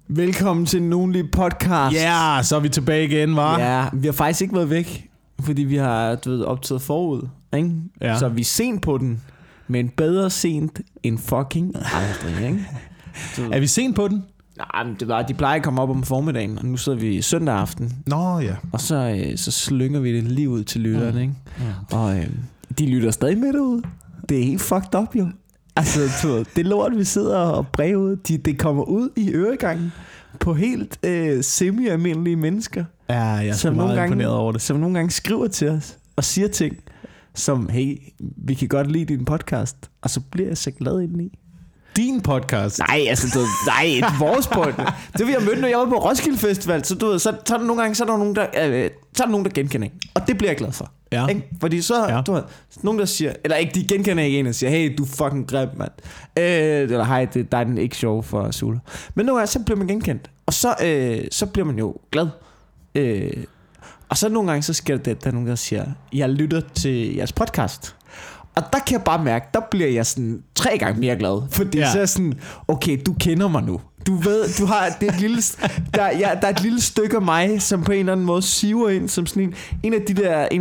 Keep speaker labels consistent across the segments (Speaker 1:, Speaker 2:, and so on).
Speaker 1: Velkommen til en ugenlig podcast.
Speaker 2: Ja, yeah, så er vi tilbage igen, hva'?
Speaker 1: Ja, vi har faktisk ikke været væk, fordi vi har optaget forud, ikke?
Speaker 2: Ja.
Speaker 1: Så vi er sent på den, men bedre sent end fucking aldrig, ikke?
Speaker 2: Er vi sent på den?
Speaker 1: Nej, men de plejer at komme op om formiddagen, og nu sidder vi søndag aften.
Speaker 2: Nå ja.
Speaker 1: Og så slynger vi det lige ud til lytterne, ikke? Og de lytter stadig med derude. Det er helt fucked up, jo. Altså, det lort, vi sidder og brever, det kommer ud i øregangen på helt semi-almindelige mennesker.
Speaker 2: Ja, jeg er så meget imponeret over det.
Speaker 1: Som nogle gange skriver til os og siger ting, som, hey, vi kan godt lide din podcast, og så bliver jeg så glad indeni.
Speaker 2: Din podcast?
Speaker 1: Nej, altså, nej, det er vores podcast. Det vi har mødt, når jeg var på Roskilde Festival, så er der nogle gange, så er der nogen, der genkender, og det bliver jeg glad for.
Speaker 2: Ja.
Speaker 1: Ikke? Fordi så du ved, nogen der siger, eller ikke, de genkender ikke en og siger, hey, du er fucking grim, mand. Eller hej, der er den ikke sjov for Sula. Men nogle gange, så bliver man genkendt, og så bliver man jo glad. Og så nogle gange, så sker det, der er nogen, der siger, jeg lytter til jeres podcast. Og der kan jeg bare mærke, der bliver jeg sådan 3 gange mere glad. Fordi så er sådan, okay, du kender mig nu. Du ved, du har det et lille, der er et lille stykke af mig, som på en eller anden måde siver ind som sådan en af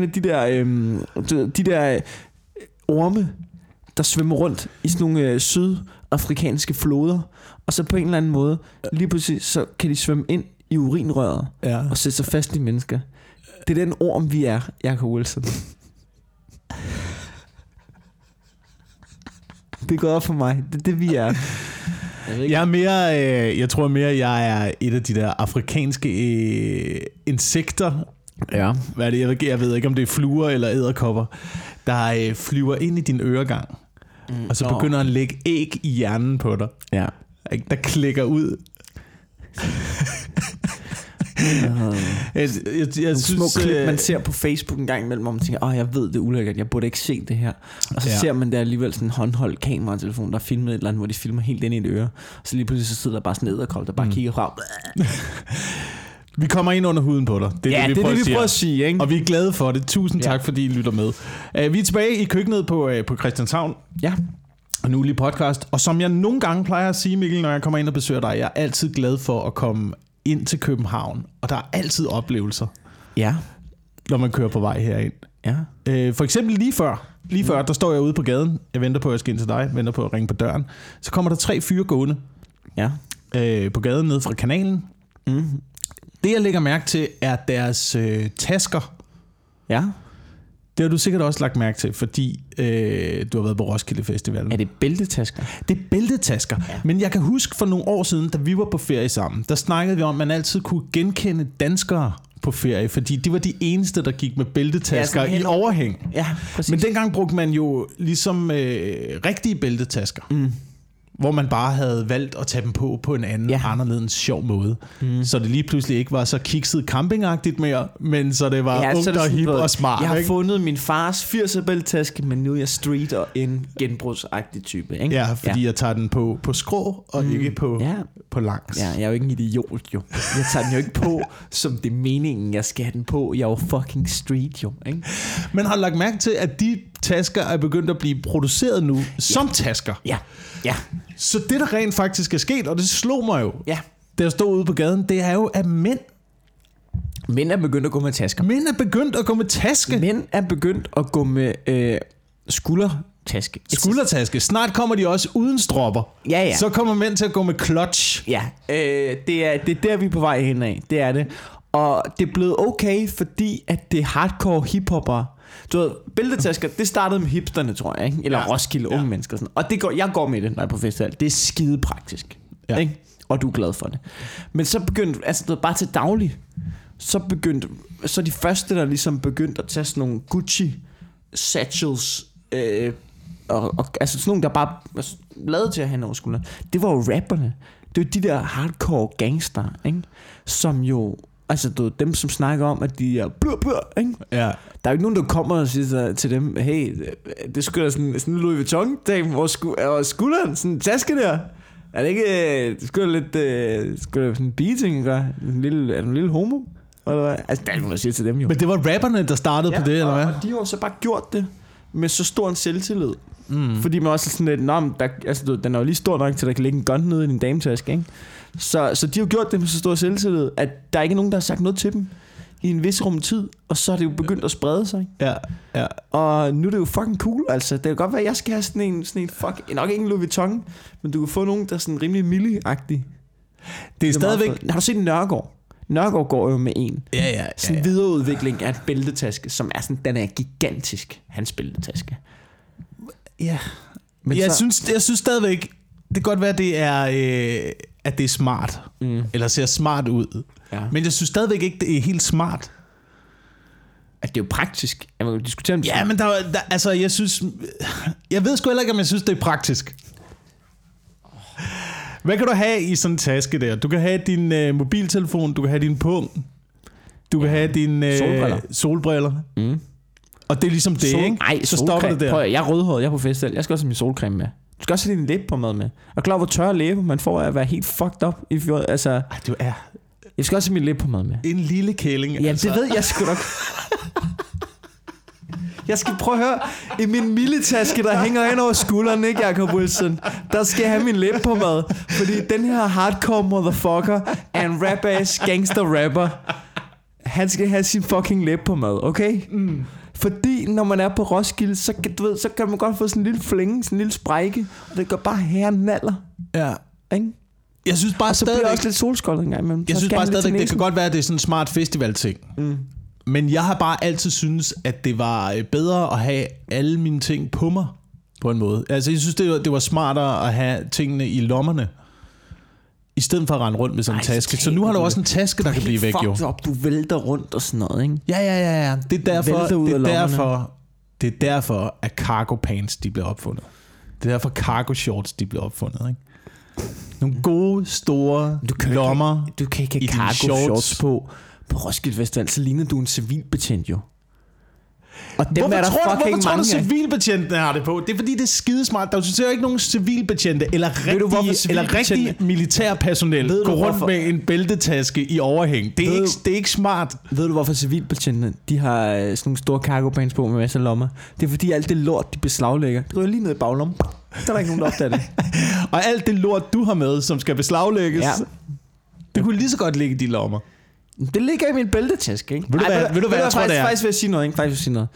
Speaker 1: de der orme, der svømmer rundt i sådan nogle sydafrikanske floder. Og så på en eller anden måde, lige præcis, så kan de svømme ind i urinrøret og sætte sig fast i mennesker. Det er den orm, vi er, Jacob Wilson. Det er gået op for mig. Det er det, vi er.
Speaker 2: Jeg er mere, jeg tror mere, jeg er et af de der afrikanske insekter.
Speaker 1: Ja.
Speaker 2: Hvad er det? Jeg ved ikke, om det er fluer eller edderkopper, der flyver ind i din øregang. Og så begynder at lægge æg i hjernen på dig.
Speaker 1: Ja.
Speaker 2: Der klikker ud.
Speaker 1: Jeg små klip, man ser på Facebook en gang imellem, hvor man tænker, jeg ved det er ulækkert, jeg burde ikke se det her. Og så ser man der alligevel sådan en håndholdt kameratelefon, der filmer et eller andet, hvor de filmer helt ind i et øre. Og så lige pludselig så sidder der bare sådan en edderkop, der bare kigger frem.
Speaker 2: Vi kommer ind under huden på dig.
Speaker 1: Det er det, vi prøver at sige, ikke?
Speaker 2: Og vi er glade for det. Tusind tak, fordi I lytter med. Vi er tilbage i køkkenet på Christianshavn.
Speaker 1: Ja.
Speaker 2: En ugenlig podcast. Og som jeg nogle gange plejer at sige, Mikkel, når jeg kommer ind og besøger dig, jeg er altid glad for at komme ind til København, og der er altid oplevelser, når man kører på vej herind. Ja. For eksempel lige før, der står jeg ude på gaden, jeg venter på, at jeg skal ind til dig, venter på at ringe på døren, så kommer der 3 fyre gående på gaden ned fra kanalen. Det jeg lægger mærke til, er deres tasker. Ja. Det har du sikkert også lagt mærke til, fordi du har været på Roskilde Festival.
Speaker 1: Er det bæltetasker?
Speaker 2: Det er bæltetasker. Ja. Men jeg kan huske for nogle år siden, da vi var på ferie sammen, der snakkede vi om, at man altid kunne genkende danskere på ferie, fordi de var de eneste, der gik med bæltetasker i overhæng. Ja, præcis. Men dengang brugte man jo ligesom rigtige bæltetasker. Hvor man bare havde valgt at tage dem på en anden, anderledes sjov måde. Så det lige pludselig ikke var så kikset campingagtigt mere, men så det var ungt og hip og smart.
Speaker 1: Jeg har fundet min fars 80'er bæltetaske, men nu er jeg street og en genbrugsagtig type. Ikke?
Speaker 2: Ja, fordi jeg tager den på skrå og ikke på langs.
Speaker 1: Ja, jeg er jo ikke en idiot, jo. Jeg tager den jo ikke på, som det er meningen, jeg skal have den på. Jeg er jo fucking street, jo. Ikke?
Speaker 2: Men har lagt mærke til, at de tasker er begyndt at blive produceret nu som tasker. Ja. Så det, der rent faktisk er sket, og det slog mig jo, da jeg stod ude på gaden, det er jo, at mænd
Speaker 1: er begyndt at gå med tasker.
Speaker 2: Mænd er begyndt at gå med taske.
Speaker 1: Mænd er begyndt at gå med skuldertaske.
Speaker 2: Skuldertaske. Snart kommer de også uden stropper.
Speaker 1: Ja.
Speaker 2: Så kommer mænd til at gå med clutch.
Speaker 1: Ja, det er der, vi er på vej henad. Det er det. Og det er blevet okay, fordi at det er hardcore hiphopper. Du ved, bæltetasker, det startede med hipsterne, tror jeg, ikke? Eller Roskilde, unge mennesker sådan. Og jeg går med det, når jeg er på festival. Det er skide praktisk, ikke? Og du er glad for det. Men så begyndte, altså bare til daglig, så de første, der ligesom begyndte at tage sådan nogle Gucci satchels, og altså sådan nogle, der bare var lavet til at have over skulderen. Det var jo rapperne. Det var de der hardcore gangster, ikke? Som jo, altså du, dem som snakker om, at de er ikke? Ja. Der er jo ikke nogen, der kommer og siger til dem, hey, det skulle da sådan en Louis Vuitton-dame over skulderen, sådan en taske der. Er det ikke, det skulle da lidt, sådan en beating, gør? Er du en lille homo? Eller hvad? Altså, der er nogen, der siger til dem jo.
Speaker 2: Men det var rapperne, der startede på det, eller hvad?
Speaker 1: Og de har jo så bare gjort det med så stor en selvtillid. Fordi man også er sådan lidt, den er jo lige stor nok til, at der kan ligge en gun nede i din dametaske, ikke? Så de har gjort det med så stor selvtillid, at der ikke er nogen, der har sagt noget til dem i en vis rum tid, og så er det jo begyndt at sprede sig.
Speaker 2: Ja.
Speaker 1: Og nu er det jo fucking cool, altså. Det kan godt være, at jeg skal have sådan en nok ikke en Louis Vuitton, men du kan få nogen, der er sådan rimelig milli-agtig.
Speaker 2: Det er stadigvæk...
Speaker 1: Har du set Nørgaard? Nørgaard går jo med en.
Speaker 2: Ja.
Speaker 1: Sådan en videreudvikling af en bæltetaske, som er sådan, den er gigantisk, hans bæltetaske.
Speaker 2: Ja. Men jeg synes stadigvæk, det kan godt være, at det er smart. Eller ser smart ud. Ja. Men jeg synes stadigvæk ikke, det er helt smart.
Speaker 1: At det er jo praktisk. Jeg må diskutere om det.
Speaker 2: Ja, men altså, jeg synes... Jeg ved sgu heller ikke, om jeg synes, det er praktisk. Hvad kan du have i sådan en taske der? Du kan have din mobiltelefon, du kan have din pung, du kan have dine solbriller. Og det er ligesom det, ikke?
Speaker 1: Ej, så stopper det der. Prøv, jeg er rødhåret, jeg er på festival. Jeg skal også have min solcreme med. Du skal også have din læbe på mad med. Og klar, hvor tørre læbe man får at være helt fucked up. Altså,
Speaker 2: ej, du er...
Speaker 1: Jeg skal også have min læbe på mad med.
Speaker 2: En lille kælling.
Speaker 1: Ja, altså. Det ved jeg sgu nok. Jeg skal prøve at høre. I min militaske, der hænger ind over skulderen, ikke, Jacob Wilson? Der skal jeg have min læbe på mad. Fordi den her hardcore motherfucker er en rap-ass gangster rapper. Han skal have sin fucking læbe på mad, okay? Fordi når man er på Roskilde, så kan man godt få sådan en lille flænge, sådan en lille sprække, og det går bare her naller.
Speaker 2: Ja.
Speaker 1: Ikke?
Speaker 2: Jeg synes bare
Speaker 1: og så
Speaker 2: stadigvæk...
Speaker 1: bliver også lidt solskoldet en gang imellem.
Speaker 2: Jeg synes bare stadigvæk, det kan godt være, at det er sådan en smart festival-ting. Men jeg har bare altid synes, at det var bedre at have alle mine ting på mig, på en måde. Altså, jeg synes, det var smartere at have tingene i lommerne, i stedet for at rende rundt med sådan en taske. Så nu har du også en taske, der kan blive væk, jo.
Speaker 1: Du vælter rundt og sådan noget, ikke?
Speaker 2: Ja. Det er derfor, at cargo pants, de blev opfundet. Det er derfor, cargo shorts, de blev opfundet, ikke? Nogle gode, store lommer.
Speaker 1: Du kan ikke have cargo shorts på Roskilde Festival, så ligner du en civilbetjent, jo. Og dem
Speaker 2: hvorfor
Speaker 1: er der
Speaker 2: hvorfor tror du, civilbetjentene har det på? Det er fordi, det er skidesmart. Der er jo ikke nogen civilbetjente eller rigtig militærpersonel gå rundt med en bæltetaske i overhæng. Det er ikke smart.
Speaker 1: Ved du, hvorfor civilbetjentene de har sådan nogle store cargo pants på med masser af lommer? Det er fordi, alt det lort, de beslaglægger, det ryger lige ned i baglommen. Der er der ikke nogen, der opdager det.
Speaker 2: Og alt det lort, du har med, som skal beslaglægges, det kunne lige så godt ligge i de lommer.
Speaker 1: Det ligger i min bæltetaske, ikke?
Speaker 2: Ved du hvad jeg tror, det er?
Speaker 1: Faktisk vil jeg sige noget,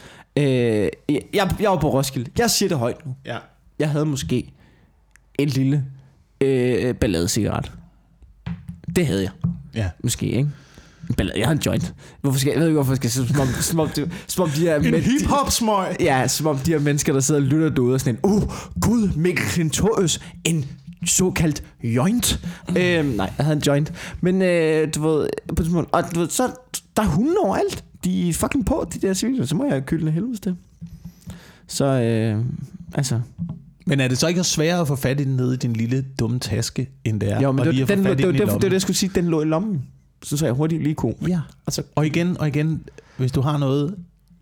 Speaker 1: jeg var på Roskilde. Jeg siger det højt nu.
Speaker 2: Ja.
Speaker 1: Jeg havde måske en lille balladecigaret. Det havde jeg.
Speaker 2: Ja.
Speaker 1: Måske, ikke? En ballade. Jeg havde en joint. Jeg ved ikke, hvorfor jeg skal som om de her...
Speaker 2: En hip-hop-smøg.
Speaker 1: Ja, som om de her mennesker, der sidder og lytter derude og sådan en... Gud, Mikkel Klintorius, en såkaldt joint. Nej, jeg havde en joint. Men du ved, og du ved, så der er hunde overalt. De er fucking på, de der civile. Så må jeg kylde af helvede det. Så altså.
Speaker 2: Men er det så ikke sværere at få fat i den nede i din lille dumme taske, end det er?
Speaker 1: Jo, men det var det, jeg skulle sige, den lå i lommen. Så jeg hurtigt lige kunne.
Speaker 2: Ja. Og igen, hvis du har noget,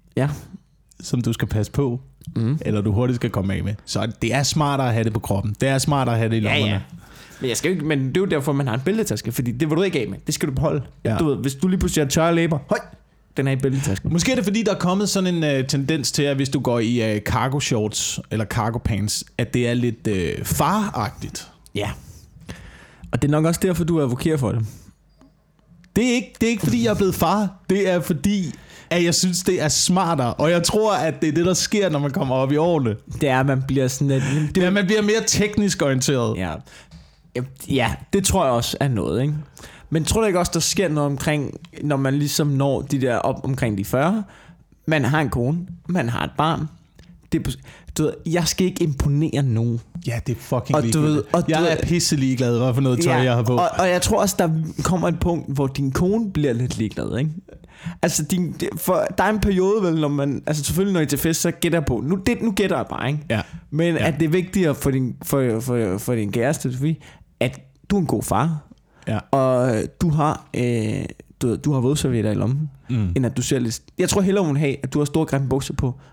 Speaker 2: som du skal passe på, eller du hurtigt skal komme af med, så det er smartere at have det på kroppen. Det er smartere at have det i lommerne. Ja.
Speaker 1: Men jeg skal ikke, men det er jo derfor, man har en bæltetaske, fordi det vil du ikke af med. Det skal du beholde. Ja. Du ved, hvis du lige pludselig har tørre læber, den er i bæltetasken.
Speaker 2: Måske er det fordi, der er kommet sådan en tendens til, at hvis du går i cargo shorts eller cargo pants, at det er lidt faragtigt.
Speaker 1: Ja. Og det er nok også derfor, du advokerer for det.
Speaker 2: Det er ikke fordi, jeg er blevet far. Det er fordi, at jeg synes, det er smartere. Og jeg tror, at det er det, der sker, når man kommer op i årene.
Speaker 1: Det er, at man bliver sådan lidt...
Speaker 2: Det er, at man bliver mere teknisk orienteret.
Speaker 1: Ja, det tror jeg også er noget, ikke? Men tror du ikke også, der sker noget omkring, når man ligesom når de der op omkring de 40? Man har en kone, man har et barn. Du ved, jeg skal ikke imponere nogen.
Speaker 2: Ja, det er fucking ligegyldigt. Jeg er pisse ligeglad, hvad for noget tøj jeg har på.
Speaker 1: Og jeg tror også, der kommer et punkt, hvor din kone bliver lidt ligeglad, ikke? Altså, for der er en periode, vel, når man... Altså, selvfølgelig, når I er til fest, så gætter jeg på... Nu gætter jeg bare, ikke?
Speaker 2: Ja.
Speaker 1: Men at det er vigtigere for din kæreste, Sofie, at du er en god far.
Speaker 2: Ja.
Speaker 1: Og du har vådservietter i lommen, end at du ser lidt... Jeg tror hellere, hun vil have, at du har store grimme bukser på,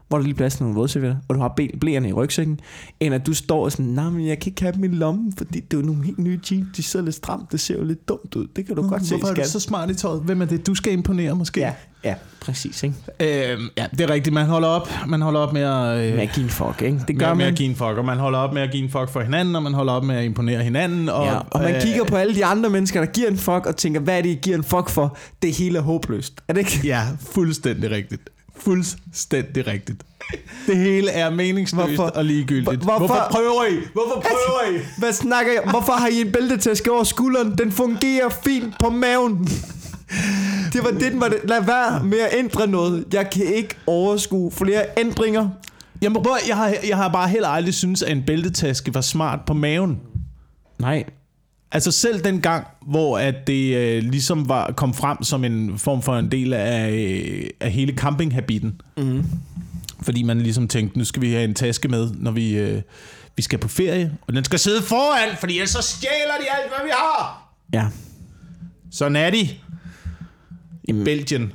Speaker 1: hvor der lige plads til nogle vådservietter, og du har blæerne i rygsækken, end at du står sådan, nej, men jeg kan ikke have dem i lommen, fordi det er jo nogle helt nye jeans, de sidder lidt stramt, det ser jo lidt dumt ud, det kan du godt se.
Speaker 2: Hvorfor er du så smart i tøjet? Hvem er det, du skal imponere måske?
Speaker 1: Ja, præcis, ikke?
Speaker 2: Ja, det er rigtigt, man holder op med at...
Speaker 1: med at give en fuck, ikke? Det gør
Speaker 2: med
Speaker 1: man.
Speaker 2: at give en fuck, og man holder op med at give en fuck for hinanden, og man holder op med at imponere hinanden.
Speaker 1: Og man kigger på alle de andre mennesker, der giver en fuck, og tænker, hvad er det, I giver en fuck for? Det hele er håbløst. Er det ikke?
Speaker 2: Ja, fuldstændig rigtigt. Fuldstændig rigtigt. Det hele er meningsløst og ligegyldigt. Hvorfor prøver I?
Speaker 1: Hvad snakker jeg? Hvorfor har I en bæltetaske over skulderen? Den fungerer fint på maven. Det var det, den var det. Lad være med at ændre noget. Jeg kan ikke overskue flere ændringer.
Speaker 2: Jamen, jeg har bare heller aldrig syntes, at en bæltetaske var smart på maven.
Speaker 1: Nej.
Speaker 2: Altså selv den gang, hvor at det ligesom kom frem som en form for en del af hele campinghabitten. Mm. Fordi man ligesom tænkte, nu skal vi have en taske med, når vi skal på ferie. Og den skal sidde foran, fordi ellers så stjæler de alt, hvad vi har.
Speaker 1: Ja.
Speaker 2: Sådan er de. I Belgien.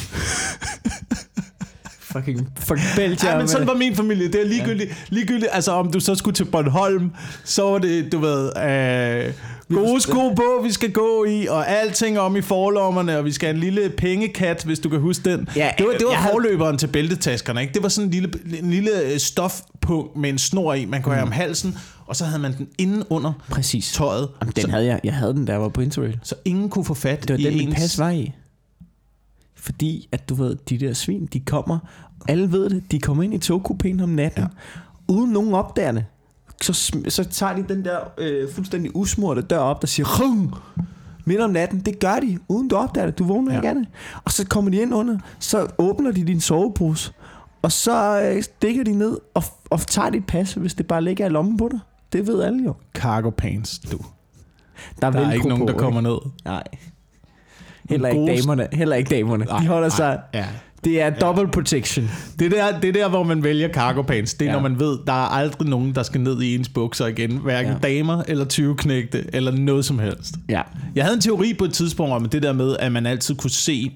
Speaker 1: Fucking Belgien.
Speaker 2: Ja, men sådan var min familie. Det er ligegyldigt. Altså om du så skulle til Bornholm, så var det, du ved, gode sko på, vi skal gå i, og alting om i forlommerne, og vi skal have en lille pengekat, hvis du kan huske den. Ja, det var forløberen til bæltetaskerne, ikke? Det var sådan en lille stofpunkt med en snor i, man kunne have om halsen, og så havde man den inde under tøjet.
Speaker 1: Jamen, den havde jeg havde den, der var på Interrail.
Speaker 2: Så ingen kunne få fat
Speaker 1: i ens... Det var den, mit pas var i. Fordi, at du ved, de der svin, de kommer, alle ved det, de kommer ind i togkupéen om natten, uden nogen opdager det. Så tager de den der fuldstændig usmurte dør op, der siger Rung! Midt om natten. Det gør de, uden du opdager det. Du vågner ikke af det. Og så kommer de ind under, så åbner de din sovepose, og så stikker de ned og tager dit pas, hvis det bare ligger i lommen på dig. Det ved alle jo.
Speaker 2: Cargo pants, du.
Speaker 1: Der
Speaker 2: er ikke nogen, der kommer ned.
Speaker 1: Nej. Heller ikke damerne. De holder sig...
Speaker 2: Ja.
Speaker 1: Det er double protection.
Speaker 2: Det er der, hvor man vælger cargo pants. Det er, når man ved, der er aldrig nogen, der skal ned i ens bukser igen. Hverken damer eller 20-knægte eller noget som helst. Ja. Jeg havde en teori på et tidspunkt om det der med, at man altid kunne se...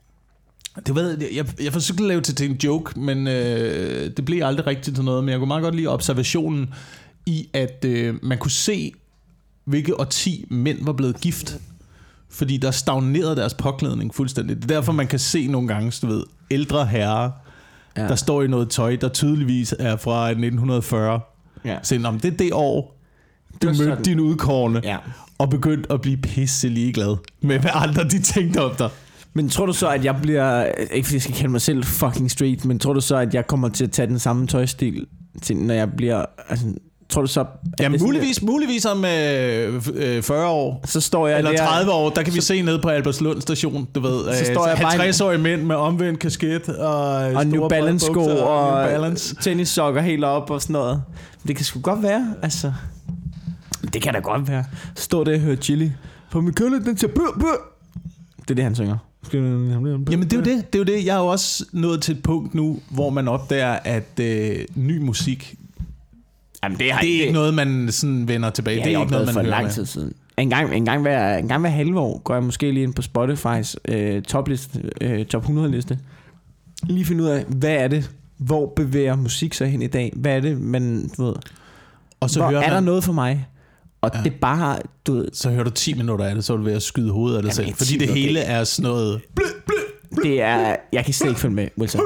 Speaker 2: Jeg forsøgte at lave det til en joke, men det blev aldrig rigtigt til noget. Men jeg kunne meget godt lide observationen i, at man kunne se, hvilke årti mænd var blevet gift. Fordi der stagnerede deres påklædning fuldstændig. Det er derfor, man kan se nogle gange, du ved, ældre herrer, der står i noget tøj, der tydeligvis er fra 1940. Ja. Så det er det år, du mødte din udkårne, og begyndte at blive pisse ligeglad med, hvad andre de tænkte om dig.
Speaker 1: Men tror du så, at jeg bliver, ikke fordi jeg skal kalde mig selv fucking street, men tror du så, at jeg kommer til at tage den samme tøjstil, til, når jeg bliver... Altså, tror du så...
Speaker 2: Ja, muligvis om 40 år.
Speaker 1: Så står jeg
Speaker 2: eller 30 år, der kan vi se ned på Albertslund station, du ved. Så står jeg 50-årige mænd med omvendt kasket og
Speaker 1: New Balance sko og tennissokker helt op og sådan noget. Det kan sgu godt være, altså. Det kan da godt være. Stå der og høre Chili. For min kølle, den siger bør. Det er det, han synger.
Speaker 2: Jamen det er jo det. Jeg er jo også nået til et punkt nu, hvor man opdager, at ny musik... Jamen, det er ikke noget, man sådan vender tilbage. Det er ikke noget, man
Speaker 1: for
Speaker 2: hører
Speaker 1: lang tid siden. En gang hver halve år går jeg måske lige ind på Spotifys top 100 liste. Lige finde ud af, hvad er det? Hvor bevæger musik sig hen i dag? Hvad er det, man ved? Og så hører der noget for mig? Og det er bare, du ved...
Speaker 2: Så hører du 10 minutter af det, så er du ved at skyde hovedet af dig selv. Fordi det hele er sådan noget...
Speaker 1: Det er... Jeg kan slet ikke følge med, Wilson.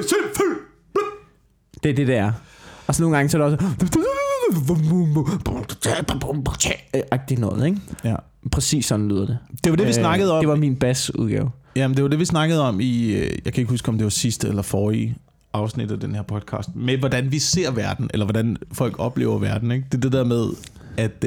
Speaker 1: Det er det, der er. Og så nogle gange så er der også... Det er noget, ikke? Ja. Præcis sådan lyder det.
Speaker 2: Det var det, vi snakkede om.
Speaker 1: Det var min bassudgave.
Speaker 2: Jamen, det var det, vi snakkede om i... Jeg kan ikke huske, om det var sidste eller forrige afsnit af den her podcast. Med hvordan vi ser verden, eller hvordan folk oplever verden, ikke? Det er det der med, at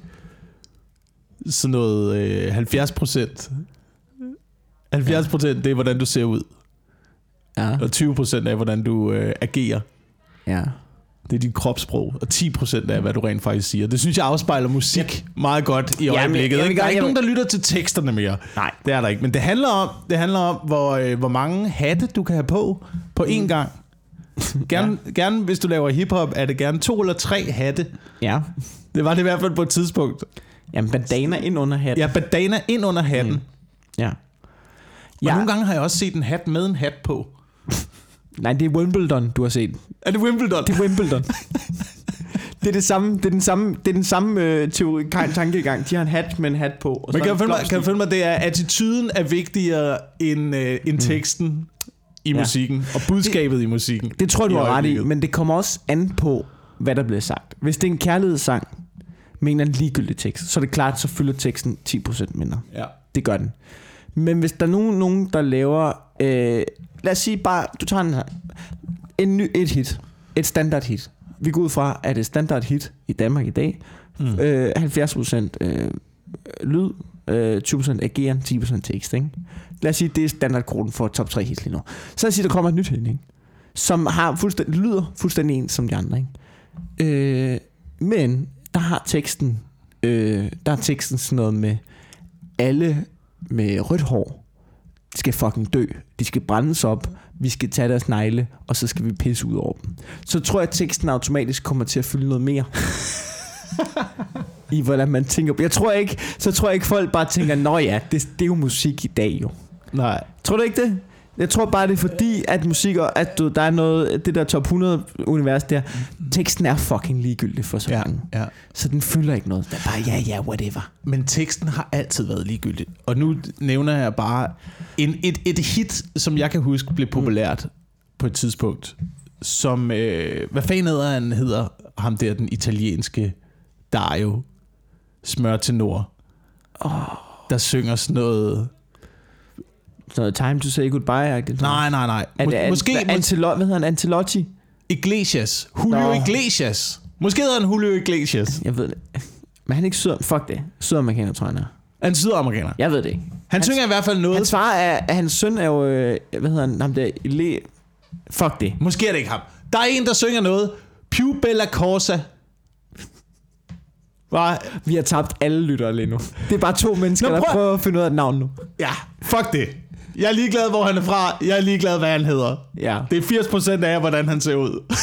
Speaker 2: sådan noget 70%... 70% det er, hvordan du ser ud. Ja. Og 20% er, hvordan du agerer. Ja. Det er dit kropssprog. Og 10% af, hvad du rent faktisk siger. Det synes jeg afspejler musik meget godt i øjeblikket. Der er ikke nogen, der lytter til teksterne mere. Nej. Det er der ikke. Men det handler om hvor mange hatte du kan have på én gang. Gerne, hvis du laver hiphop, er det gerne 2 eller 3 hatte. Ja. Det var det i hvert fald på et tidspunkt.
Speaker 1: Jamen, bandana ind under hatten.
Speaker 2: Ja, bandana ind under hatten. Ja. Og nogle gange har jeg også set en hat med en hat på.
Speaker 1: Nej, det er Wimbledon, du har set.
Speaker 2: Er det Wimbledon?
Speaker 1: Det er Wimbledon. Det er den samme teori, tankegang. De har en hat med en hat på. Og
Speaker 2: men kan du følge mig, det er, attituden er vigtigere end teksten i musikken, og budskabet i musikken.
Speaker 1: Det tror jeg, du har ret i, men det kommer også an på, hvad der bliver sagt. Hvis det er en kærlighedssang med en ligegyldig tekst, så er det klart, så fylder teksten 10% mindre.
Speaker 2: Ja.
Speaker 1: Det gør den. Men hvis der er nogen der laver... lad os sige bare, du tager den her. Et hit. Et standard hit. Vi går ud fra, at et standard hit i Danmark i dag, 70% lyd, 20% ageren, 10% tekst, ikke? Lad os sige, det er standardkoden for top 3 hits lige nu. Så lad os sige, der kommer et nyt hit, ikke? Som har lyder fuldstændig ens som de andre, ikke? Men der har teksten sådan noget med alle med rødt hår skal fucking dø. De skal brændes op. Vi skal tage deres negle, og så skal vi pisse ud over dem. Så tror jeg, at teksten automatisk kommer til at fylde noget mere. I hvordan man tænker. Så tror jeg ikke folk bare tænker, nå ja, det er jo musik i dag jo.
Speaker 2: Nej.
Speaker 1: Tror du ikke det? Jeg tror bare, det er fordi, at musik, at der er noget, det der top 100 univers der, teksten er fucking ligegyldig for så mange. Ja. Så den fylder ikke noget. Det er bare, ja, whatever.
Speaker 2: Men teksten har altid været ligegyldig. Og nu nævner jeg bare et hit, som jeg kan huske blev populært på et tidspunkt, som, hvad fanden hedder ham der, den italienske Dario, Smør til Nord, der synger sådan noget...
Speaker 1: Så time to say goodbye.
Speaker 2: Nej.
Speaker 1: Måske hvad hedder han? Ancelotti?
Speaker 2: Iglesias. Julio Iglesias. Måske hedder han Julio Iglesias.
Speaker 1: Jeg ved det. Men han er ikke fuck det. Sydamerikaner, tror jeg han er.
Speaker 2: Han er sydamerikaner.
Speaker 1: Jeg ved det ikke.
Speaker 2: Han synger i hvert fald noget.
Speaker 1: Hans far er, hans søn er jo, hvad hedder han? Ham der, fuck det.
Speaker 2: Måske er det ikke ham. Der er en, der synger noget. Più bella cosa.
Speaker 1: Vi har tabt alle lyttere lige nu. Det er bare 2 mennesker, der prøver at finde ud af et navn nu.
Speaker 2: Ja, fuck det. Jeg er ligeglad, hvor han er fra. Jeg er ligeglad, hvad han hedder.
Speaker 1: Ja.
Speaker 2: Det er 80% af, hvordan han ser ud. Ja.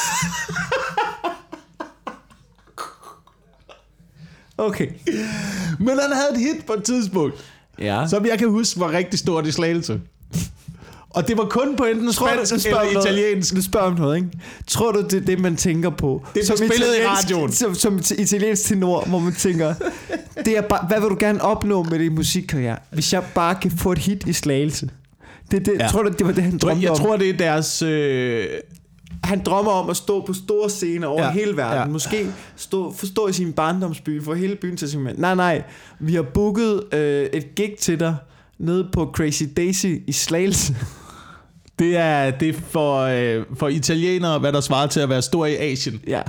Speaker 1: Okay.
Speaker 2: Men han havde et hit på et tidspunkt, som jeg kan huske var rigtig stort i Slagelse. Og det var kun på enten spansk eller italiensk.
Speaker 1: Du spørger om noget, ikke? Tror du, det er det, man tænker på?
Speaker 2: Det er spillet i radioen.
Speaker 1: Som italiensk til nord, hvor man tænker, det er bare, hvad vil du gerne opnå med din musikkarriere, hvis jeg bare kan få et hit i Slagelse? Tror du, det var det, han drømte om?
Speaker 2: Jeg tror, det er deres...
Speaker 1: Han drømmer om at stå på store scener over hele verden. Ja. Måske forstå i sin barndomsby, for hele byen til sin... Nej. Vi har booket et gig til dig nede på Crazy Daisy i Slagelse.
Speaker 2: Det er for italienere, hvad der svarer til at være stor i Asien.
Speaker 1: Ja.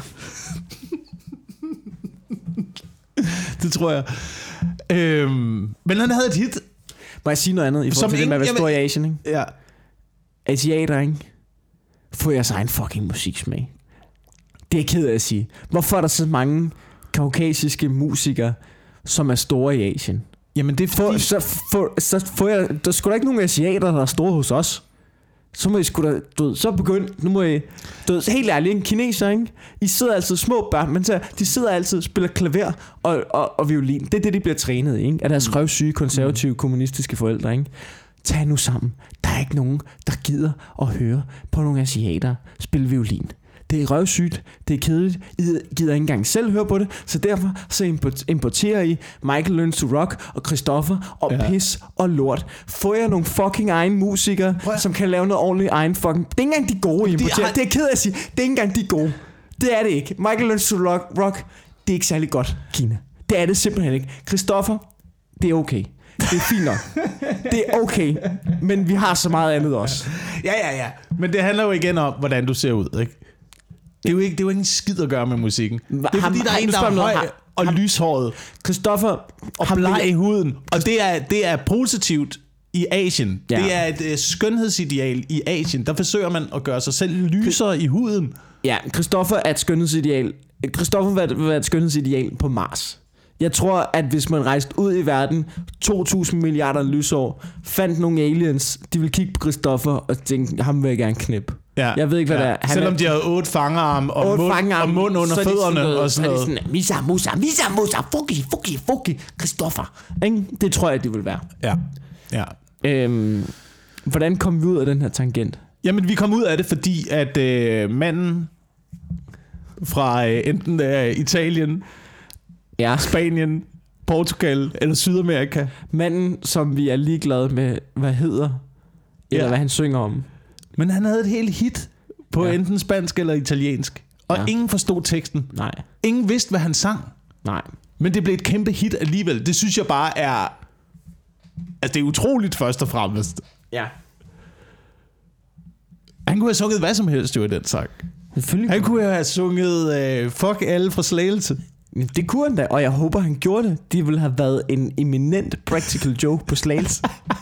Speaker 2: Det tror jeg. Men han havde et hit.
Speaker 1: Må jeg sige noget andet i forhold til det med at være stor i Asien, ikke?
Speaker 2: Ja.
Speaker 1: Asiater, ikke? Få jeres egen fucking musiksmag. Det er ked af at sige. Hvorfor er der så mange kaukasiske musikere, som er store i Asien?
Speaker 2: Jamen det er fordi...
Speaker 1: Så får jeg... Der skulle da ikke nogen asiater, der er store hos os. Så må I sgu da... så begyndt... Nu må I... helt ærligt, en kineser, ikke? I sidder altid små børn, men de sidder altid og spiller klaver og violin. Det er det, de bliver trænet i, ikke? Af deres røvsyge, konservative, kommunistiske forældre, ikke? Tag nu sammen. Der er ikke nogen, der gider at høre på nogle asiater spille violin. Det er røvsygt, det er kedeligt, I gider ikke engang selv høre på det, så derfor så importerer I Michael Learns to Rock og Christoffer og pis og lort. Får jeg nogle fucking egen musikere, som kan lave noget ordentligt egen fucking... Det er ikke engang de gode, I importerer. Det er ked af at sige, det er ikke engang de gode. Det er det ikke. Michael Learns to Rock, det er ikke særlig godt, Kina. Det er det simpelthen ikke. Christoffer, det er okay. Det er fint nok. Det er okay. Men vi har så meget andet også.
Speaker 2: Ja. Men det handler jo igen om, hvordan du ser ud, ikke? Det er jo ikke en skid at gøre med musikken. Det er fordi, der er en, der er høj og lyshåret.
Speaker 1: Christoffer
Speaker 2: og bleg i huden. Og det er positivt i Asien. Ja. Det er et skønhedsideal i Asien. Der forsøger man at gøre sig selv lysere i huden.
Speaker 1: Ja, Christoffer er et skønhedsideal. Christoffer vil være et skønhedsideal på Mars. Jeg tror, at hvis man rejste ud i verden 2.000 milliarder lysår, fandt nogle aliens, de vil kigge på Christoffer og tænke, ham vil jeg gerne knip.
Speaker 2: Ja.
Speaker 1: Jeg ved ikke, hvad det er.
Speaker 2: Selvom de havde 8 fangerarm og mund under fødderne og sådan noget.
Speaker 1: Så er de sådan, Misa, fuki, Christoffer. Det tror jeg, det vil være.
Speaker 2: Ja.
Speaker 1: Hvordan kom vi ud af den her tangent?
Speaker 2: Jamen, vi kom ud af det, fordi at manden fra enten Italien, Spanien, Portugal eller Sydamerika.
Speaker 1: Manden, som vi er ligeglade med, hvad hedder, eller hvad han synger om.
Speaker 2: Men han havde et helt hit på enten spansk eller italiensk. Og ingen forstod teksten.
Speaker 1: Nej.
Speaker 2: Ingen vidste, hvad han sang.
Speaker 1: Nej.
Speaker 2: Men det blev et kæmpe hit alligevel. Det synes jeg bare er... Altså, det er utroligt først og fremmest.
Speaker 1: Ja.
Speaker 2: Han kunne have sunget hvad som helst jo i den sang. Han kunne have sunget fuck alle fra Slagelse.
Speaker 1: Det kunne han da, og jeg håber, han gjorde det. Det ville have været en eminent practical joke på Slagelse.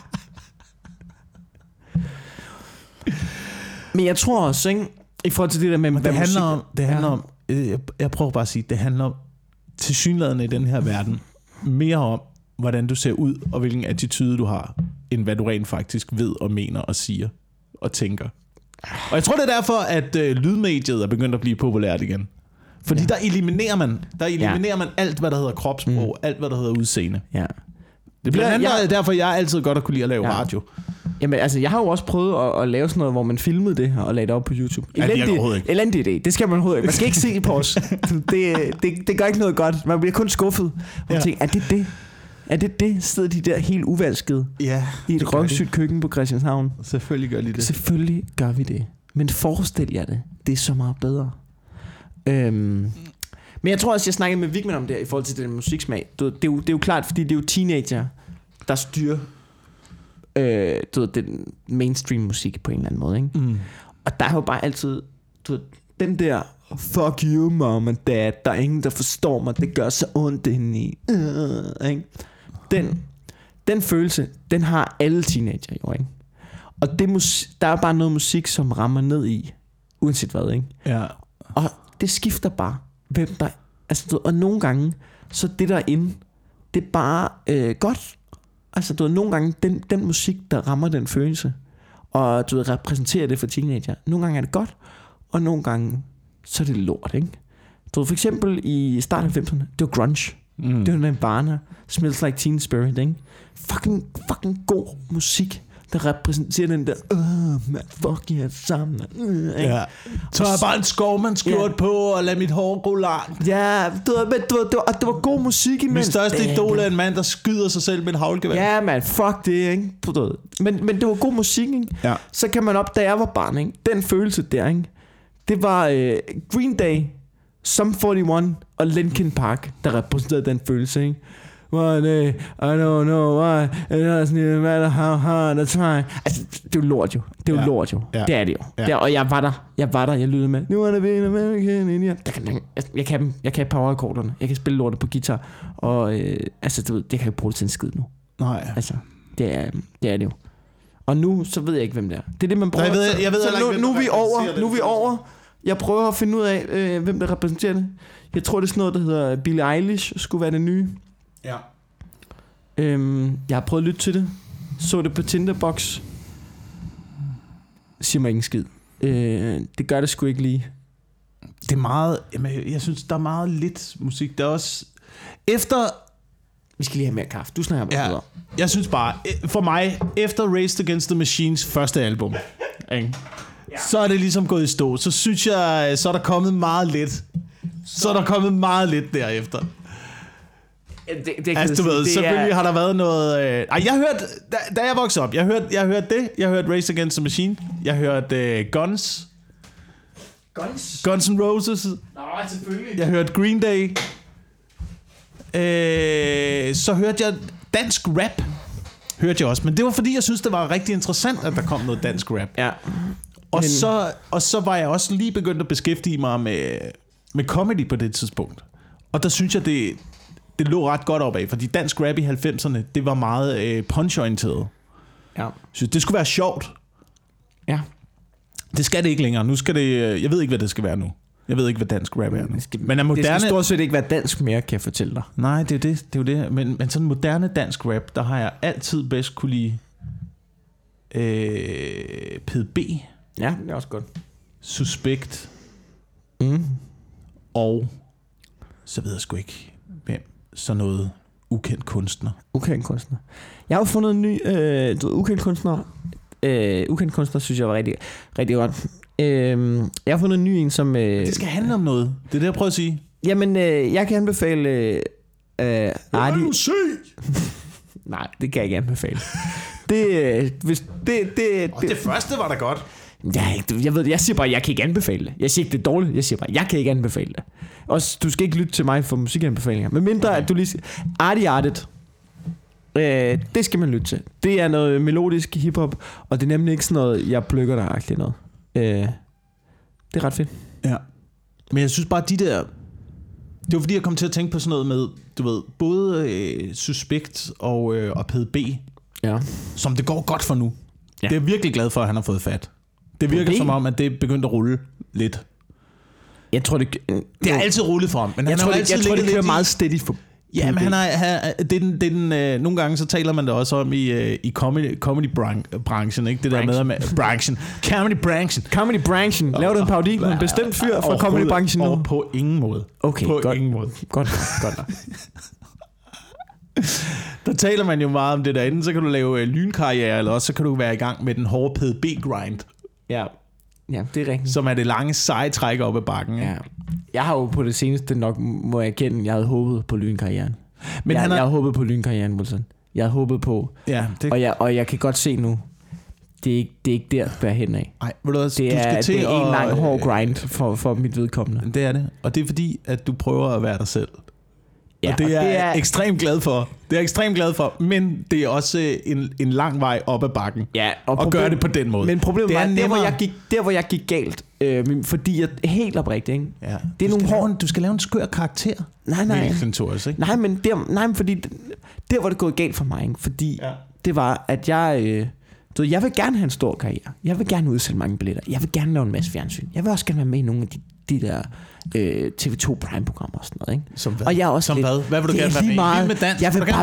Speaker 1: Men jeg tror også, ikke, i forhold til det der med...
Speaker 2: Det handler om, jeg prøver bare at sige, det handler om tilsyneladende i den her verden mere om, hvordan du ser ud, og hvilken attitude du har, end hvad du rent faktisk ved og mener og siger og tænker. Og jeg tror, det er derfor, at lydmediet er begyndt at blive populært igen. Fordi der eliminerer man alt, hvad der hedder kropssprog, alt, hvad der hedder udseende.
Speaker 1: Ja.
Speaker 2: Det bliver derfor, jeg altid godt at kunne lide at lave radio. Jamen,
Speaker 1: altså, jeg har jo også prøvet at lave sådan noget, hvor man filmede det her og lagde det op på YouTube. Elendig idé. Det skal man overhovedet ikke. Man skal ikke se det på os. Det gør ikke noget godt. Man bliver kun skuffet. Man tænker, er det det? Er det sidder de der helt uvaskede i et røvsygt køkken på Christianshavn?
Speaker 2: Selvfølgelig gør de det.
Speaker 1: Selvfølgelig gør vi det. Men forestil jer det. Det er så meget bedre. Men jeg tror også, jeg snakkede med Vigman om det her, i forhold til den musiksmag. Det er jo klart, fordi det er jo teenager, der styrer den mainstream musik på en eller anden måde, ikke? Mm. Og der er jo bare altid den der fuck you mom and dad, der er ingen der forstår mig, det gør så ondt indeni, ikke? Den følelse, den har alle teenager jo, ikke? Og der er bare noget musik, som rammer ned i, uanset hvad, ikke? Ja. Og det skifter bare, hvem der, altså, og nogle gange så det der inde, det er bare godt. Altså, nogle gange, den musik, der rammer den følelse, og repræsenterer det for teenager, nogle gange er det godt, og nogle gange, så er det lort, ikke? For eksempel i starten af 90'erne, det var grunge. Det var Nirvana, Smells Like Teen Spirit, ikke? Fucking god musik, der repræsenterer den der, man, fuck jer sammen,
Speaker 2: ja. Så er bare en skovmandskjort på, og lad mit hår gå langt.
Speaker 1: Ja, det var god musik imens.
Speaker 2: Min største idol er en mand, der skyder sig selv med en haglgevær.
Speaker 1: Ja, man, fuck det, ikke? Men det var god musik, ikke? Ja. Så kan man op, da jeg var barn, ikke? Den følelse der, ikke? Det var Green Day, Sum 41 og Linkin Park, der repræsenterede den følelse, ikke? One day, I don't know why, it doesn't matter how hard I try. Altså, det er jo lort jo. Det er jo lort jo. Ja. Det er det jo. Ja. Og jeg var der, jeg lyttede med. You wanna be an American Indian. Jeg kan power-akkorderne. Jeg kan spille lortet på guitar. Og altså, du ved, det kan jeg ikke bruge det til en skid nu.
Speaker 2: Nej.
Speaker 1: Altså, det er det jo. Og nu, så ved jeg ikke, hvem det er. Det er det, man prøver.
Speaker 2: Jeg ved
Speaker 1: så nu er vi over. Jeg prøver at finde ud af, hvem der repræsenterer det. Jeg tror, det er sådan noget, der hedder Billie Eilish, skulle være det nye.
Speaker 2: Ja.
Speaker 1: Jeg har prøvet at lytte til det. Så det på Tinderbox. Siger mig ingen skid. Det gør det sgu ikke lige.
Speaker 2: Det er meget. Jamen, jeg synes der er meget lidt musik. Der er også efter.
Speaker 1: Vi skal lige have mere kaffe. Du snakker bare videre.
Speaker 2: Jeg synes bare, for mig, efter Rage Against the Machines første album, ikke? Så er det ligesom gået i stå. Så synes jeg, så er der kommet meget lidt. Så er der kommet meget lidt derefter. Altså, du ved, selvfølgelig har der været noget. Jeg hørte, da jeg voksede op, jeg hørte det. Jeg hørte Rage Against the Machine. Jeg hørte Guns N' Roses.
Speaker 1: Nej, selvfølgelig.
Speaker 2: Jeg hørte Green Day. Så hørte jeg dansk rap. Hørte jeg også, men det var fordi jeg synes det var rigtig interessant, at der kom noget dansk rap.
Speaker 1: Ja.
Speaker 2: Og så var jeg også lige begyndt at beskæftige mig med comedy på det tidspunkt. Og der synes jeg det lå ret godt opad, fordi dansk rap i 90'erne, det var meget punch-orienteret. Ja. Så det skulle være sjovt.
Speaker 1: Ja.
Speaker 2: Det skal det ikke længere. Nu skal det, jeg ved ikke, hvad det skal være nu. Jeg ved ikke, hvad dansk rap er nu.
Speaker 1: Men er moderne, det skal stort set ikke være dansk mere, kan jeg fortælle dig.
Speaker 2: Nej, det er jo det. Men sådan moderne dansk rap, der har jeg altid bedst kunne lide PDB.
Speaker 1: Ja, det er også godt.
Speaker 2: Suspekt. Og så ved jeg sgu ikke, hvem. Sådan noget ukendt kunstner.
Speaker 1: Ukendt kunstner. Jeg har jo fundet en ny ukendt kunstner. Ukendt kunstner, synes jeg var rigtig, rigtig godt. Jeg har fundet en ny en, som...
Speaker 2: det skal handle om noget. Det er det, jeg prøver at sige.
Speaker 1: Jamen, jeg kan anbefale... Artie... Nej, det kan jeg ikke anbefale.
Speaker 2: Det første var da godt.
Speaker 1: Jeg siger bare, jeg kan ikke anbefale det. Jeg siger ikke, det er dårligt. Jeg siger bare, jeg kan ikke anbefale det. Også, du skal ikke lytte til mig for musikanbefalinger. Men mindre, at du lige siger, Artet. Det skal man lytte til. Det er noget melodisk hiphop, og det er nemlig ikke sådan noget, jeg plukker der-agtigt noget. Det er ret fedt.
Speaker 2: Ja. Men jeg synes bare, de der... Det var fordi, jeg kom til at tænke på sådan noget med, du ved, både Suspekt og PDB, ja, som det går godt for nu. Ja. Det er jeg virkelig glad for, at han har fået fat. Det virker som om, at det er begyndt at rulle lidt.
Speaker 1: Jeg tror, det
Speaker 2: er altid rullet for ham. Men
Speaker 1: jeg tror, det kører meget steady for.
Speaker 2: Ja, men nogle gange så taler man det også om i comedy-branchen, ikke? Det der med branchen.
Speaker 1: Comedy-branchen. Laver du en parodi på en bestemt fyr fra comedy-branchen nu?
Speaker 2: På ingen måde.
Speaker 1: Okay,
Speaker 2: på
Speaker 1: godt.
Speaker 2: Ingen måde.
Speaker 1: Godt.
Speaker 2: Der taler man jo meget om det der. Enten så kan du lave lynkarriere, eller også så kan du være i gang med den hårde PDB-grind.
Speaker 1: Ja, det er rigtigt.
Speaker 2: Som er det lange seje træk op ad bakken.
Speaker 1: Ja. Jeg har jo på det seneste nok, må jeg erkende, jeg havde håbet på lynkarrieren. Men jeg havde håbet på lynkarrieren, Wilson. Jeg havde håbet på. Ja, det... og jeg kan godt se nu, det er ikke der, der er hen af.
Speaker 2: Nej,
Speaker 1: det er en lang hård grind for mit vedkommende.
Speaker 2: Det er det. Og det er fordi, at du prøver at være dig selv. Ja, og det er jeg ekstremt glad for. Det er jeg ekstremt glad for, men det er også en lang vej op ad bakken.
Speaker 1: Ja,
Speaker 2: og gøre det på den måde.
Speaker 1: Men problemet var, der hvor jeg gik galt, fordi jeg helt oprigtigt, ikke? Ja. Det er
Speaker 2: du skal lave en skør karakter.
Speaker 1: Nej.
Speaker 2: Ikke?
Speaker 1: Nej, men fordi der hvor det gået galt for mig, ikke? Fordi det var at jeg vil gerne have en stor karriere. Jeg vil gerne udsælge mange billetter. Jeg vil gerne lave en masse fjernsyn. Jeg vil også gerne være med i nogle af de der TV2 Prime-programmer og sådan noget, ikke?
Speaker 2: Som hvad?
Speaker 1: Og jeg er også
Speaker 2: som hvad? Hvad vil du gerne være med i? Vild med dans?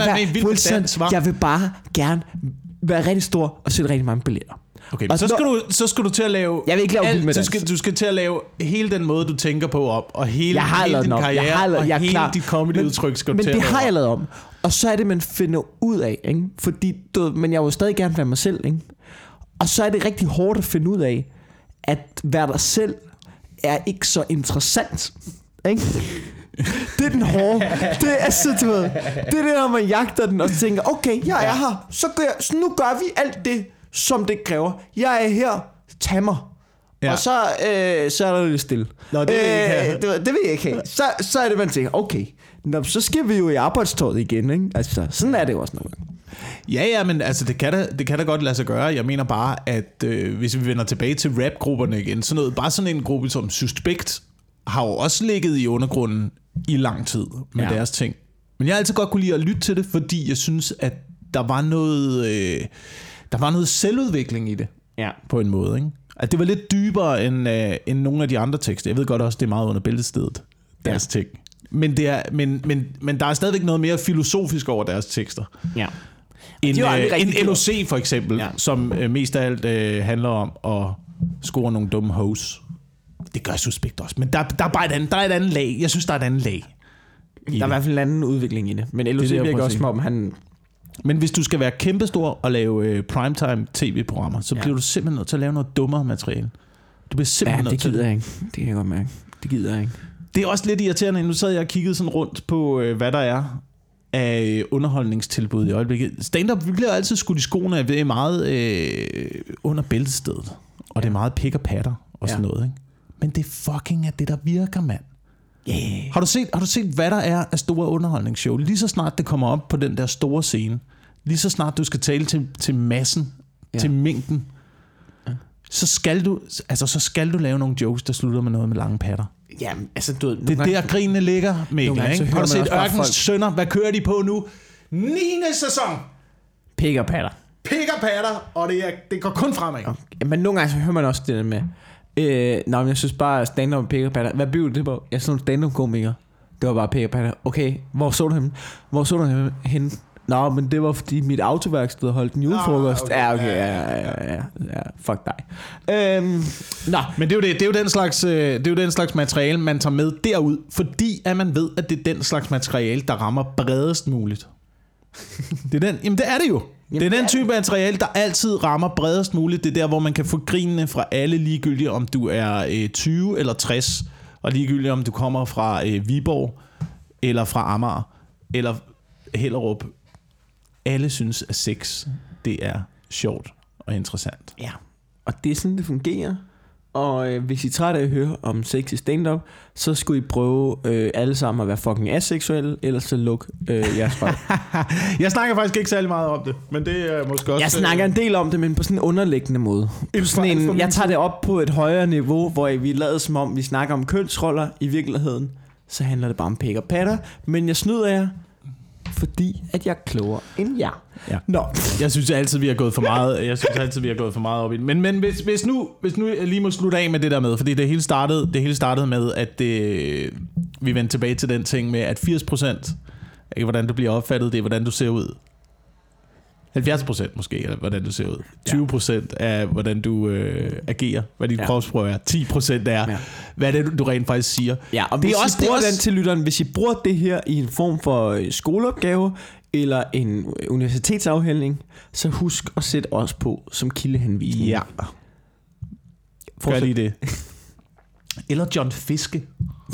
Speaker 1: Jeg vil bare gerne være rigtig stor og sætte rigtig mange billetter.
Speaker 2: Okay, men så skal du til at lave...
Speaker 1: Jeg vil ikke lave Vild med dans.
Speaker 2: Du skal til at lave hele den måde, du tænker på op, og hele din karriere, og hele dit comedy-udtryk skal du til at lave.
Speaker 1: Men det har jeg lavet om. Og så er det, man finder ud af, ikke? Fordi, men jeg vil stadig gerne være mig selv, ikke? Og så er det rigtig hårdt at finde ud af, at være dig selv er ikke så interessant, ikke? Det er den hårde. Det er så det er det, når man jagter den og tænker, okay, jeg er her, så nu gør vi alt det, som det kræver. Jeg er her, tag mig. Ja. Og så er der lidt stille.
Speaker 2: Nå, det
Speaker 1: vil jeg ikke have. Så er det, man tænker, okay, så skal vi jo i arbejdstøjet igen, ikke? Altså, sådan er det jo også nogle gange.
Speaker 2: Ja, men altså, det kan da godt lade sig gøre. Jeg mener bare, at hvis vi vender tilbage til rapgrupperne igen, bare sådan en gruppe som Suspekt har jo også ligget i undergrunden i lang tid med deres ting. Men jeg har altid godt kunne lide at lytte til det, fordi jeg synes, at der var noget selvudvikling i det, på en måde, ikke? At det var lidt dybere end nogle af de andre tekster. Jeg ved godt også, det er meget under bæltestedet, deres ting. Men der er stadigvæk noget mere filosofisk over deres tekster. Ja. En LOC for eksempel, som mest af alt handler om at score nogle dumme hoes. Det gør Suspekt også. Men der er bare et andet lag. Jeg synes, der er et andet lag.
Speaker 1: Der er i hvert fald en anden udvikling i det. Men LOC virker også som om han...
Speaker 2: Men hvis du skal være kæmpestor og lave primetime tv-programmer, så bliver du simpelthen nødt til at lave noget dummere materiale. Du bliver simpelthen nødt til
Speaker 1: det. Det gider jeg ikke. Det kan jeg godt mærke. Det gider jeg ikke.
Speaker 2: Det er også lidt irriterende. Nu sad jeg og kiggede sådan rundt på, hvad der er af underholdningstilbud i øjeblikket. Stand-up, vi bliver altid skudt i skoene, at det er meget under bæltestedet. Og det er meget pik og patter og sådan noget, ikke? Men det fucking er det, der virker, mand. Yeah. Har du set, hvad der er af store underholdningsshow? Lige så snart det kommer op på den der store scene, lige så snart du skal tale til massen, til mængden, så skal du lave nogle jokes, der slutter med noget med lange patter.
Speaker 1: Jamen, altså,
Speaker 2: det er der grinene ligger, Mikkel, ikke? Har du set Ørkenens Sønner? Hvad kører de på nu? 9. sæson!
Speaker 1: Pik og patter.
Speaker 2: Og det går kun fremad.
Speaker 1: Okay. Men nogle gange så hører man også det der med, men jeg synes bare stand-up og pik og patter. Hvad blev det på? Jeg så en stand-up-komiker. Det var bare pik og patter. Okay, hvor så du ham henne? Nå, men det var fordi mit autoværksted holdt en julefrokost. Ja, fuck dig.
Speaker 2: Men det er jo den slags materiale, man tager med derud, fordi at man ved, at det er den slags materiale, der rammer bredest muligt. Jamen det er det jo. Det er den type materiale, der altid rammer bredest muligt. Det er der, hvor man kan få grinene fra alle, ligegyldigt om du er 20 eller 60, og ligegyldigt om du kommer fra Viborg, eller fra Amager, eller Hellerup. Alle synes, at sex, det er sjovt og interessant.
Speaker 1: Ja, og det er sådan, det fungerer. Og hvis I er trætte af at høre om sex i stand-up, så skulle I prøve alle sammen at være fucking aseksuelle, ellers så luk jeres røv.
Speaker 2: Jeg snakker faktisk ikke særlig meget om det, men det er måske også...
Speaker 1: Jeg snakker en del om det, men på sådan en underliggende måde. Jeg tager det op på et højere niveau, hvor vi lader som om, vi snakker om kønsroller. I virkeligheden, så handler det bare om pæk og patter. Men jeg snyder jer, fordi at jeg er klogere end jer.
Speaker 2: Ja. Nå, jeg synes altid vi har gået for meget. Jeg synes altid vi har gået for meget op i det. Men hvis nu jeg lige må slutte af med det der med, fordi det hele startede med at vi vendte tilbage til den ting med at 80% ikke hvordan du bliver opfattet, det er hvordan du ser ud. 70% måske, eller hvordan du ser ud. 20% af hvordan du agerer, hvad dit kropssprog er. 10% er hvad det du rent faktisk siger.
Speaker 1: Ja, og det er også den til lytteren, hvis I bruger det her i en form for skoleopgave eller en universitetsafhandling, så husk at sætte os på som kildehenvisning.
Speaker 2: Ja. Gør lige det. Eller John Fiske.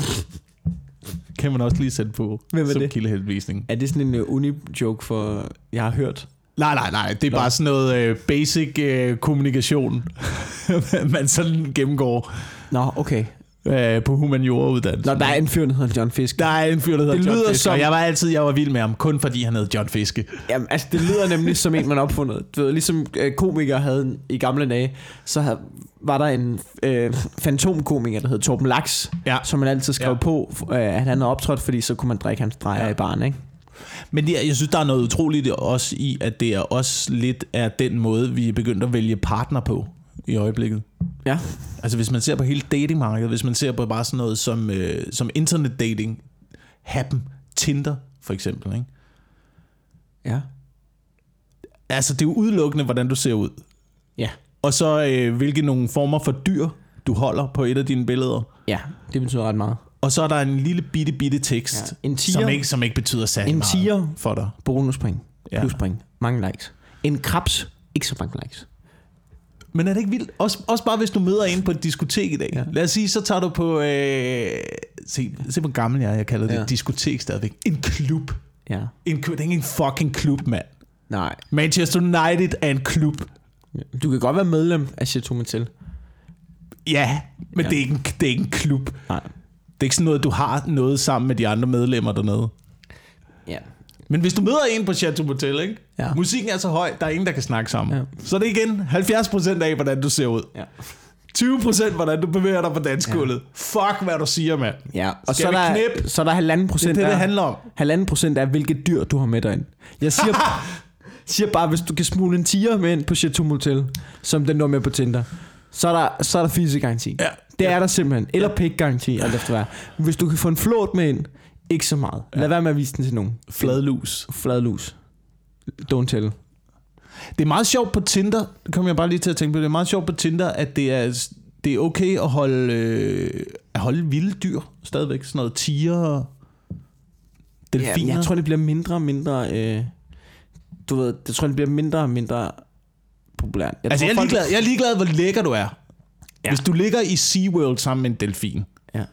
Speaker 2: Kan man også lige sætte på som kildehenvisning.
Speaker 1: Er det sådan en uni-joke for jeg har hørt?
Speaker 2: Nej, det er bare sådan noget basic kommunikation, man sådan gennemgår.
Speaker 1: Nå, okay.
Speaker 2: På humaniora-uddannelsen.
Speaker 1: Nå, der er en fyr, der hedder John Fiske.
Speaker 2: Der er en fyr, der hedder John Fiske, og jeg var vild med ham, kun fordi han hed John Fiske.
Speaker 1: Jamen, altså det lyder nemlig som en, man har opfundet. Du ved, ligesom komikere havde i gamle dage, så var der en fantomkomiker, der hed Torben Laks, som man altid skrev på, at han havde optrådt, fordi så kunne man drikke hans drejer i baren, ikke?
Speaker 2: Men jeg synes, der er noget utroligt også i, at det er også lidt af den måde, vi er begyndt at vælge partner på i øjeblikket. Ja. Altså hvis man ser på hele datingmarkedet, hvis man ser på bare sådan noget som internetdating, Happen, Tinder for eksempel, ikke?
Speaker 1: Ja.
Speaker 2: Altså det er jo udelukkende, hvordan du ser ud.
Speaker 1: Ja.
Speaker 2: Og så hvilke nogle former for dyr, du holder på et af dine billeder.
Speaker 1: Ja, det betyder ret meget.
Speaker 2: Og så er der en lille bitte tekst, som ikke betyder særlig meget for dig.
Speaker 1: Bonuspoint, pluspoint, mange likes. En krebs, ikke så mange likes.
Speaker 2: Men er det ikke vildt? Også bare hvis du møder en på et diskotek i dag. Ja. Lad os sige, så tager du på... se hvor gammel jeg kalder det diskotek stadigvæk. En klub. Ja. Det er ikke en fucking klub, mand.
Speaker 1: Nej.
Speaker 2: Manchester United er en klub.
Speaker 1: Du kan godt være medlem af Chateau Motel.
Speaker 2: Ja, men det er ikke en klub. Nej. Det er ikke sådan noget, du har noget sammen med de andre medlemmer dernede. Ja. Men hvis du møder en på Chateau Motel, ikke? Ja. Musikken er så høj, der er ingen, der kan snakke sammen. Ja. Så det er igen 70% af, hvordan du ser ud. Ja. 20% hvordan du bevæger dig på dansegulvet. Ja. Fuck, hvad du siger, mand.
Speaker 1: Ja. Og så er der 1,5%.
Speaker 2: Det handler om.
Speaker 1: 1,5% af, hvilket dyr du har med dig ind. Jeg siger bare, hvis du kan smule en tiger med ind på Chateau Motel, som den der med på Tinder, så er der fise-garanti. Ja. Det er der simpelthen. Eller pik-garanti, alt efter hvad. Hvis du kan få en flåt med ind, ikke så meget. Lad være med at vise den til nogen. Fladlus. Don't tell.
Speaker 2: Det er meget sjovt på Tinder, det kommer jeg bare lige til at tænke på, det er meget sjovt på Tinder, at det er okay at holde vilde dyr stadigvæk. Sådan noget tiger, delfiner.
Speaker 1: Ja, jeg tror, det bliver mindre og mindre... du ved, jeg tror, det bliver mindre og mindre populært.
Speaker 2: Jeg er ligeglad, hvor lækker du er. Ja. Hvis du ligger i SeaWorld sammen med en delfin,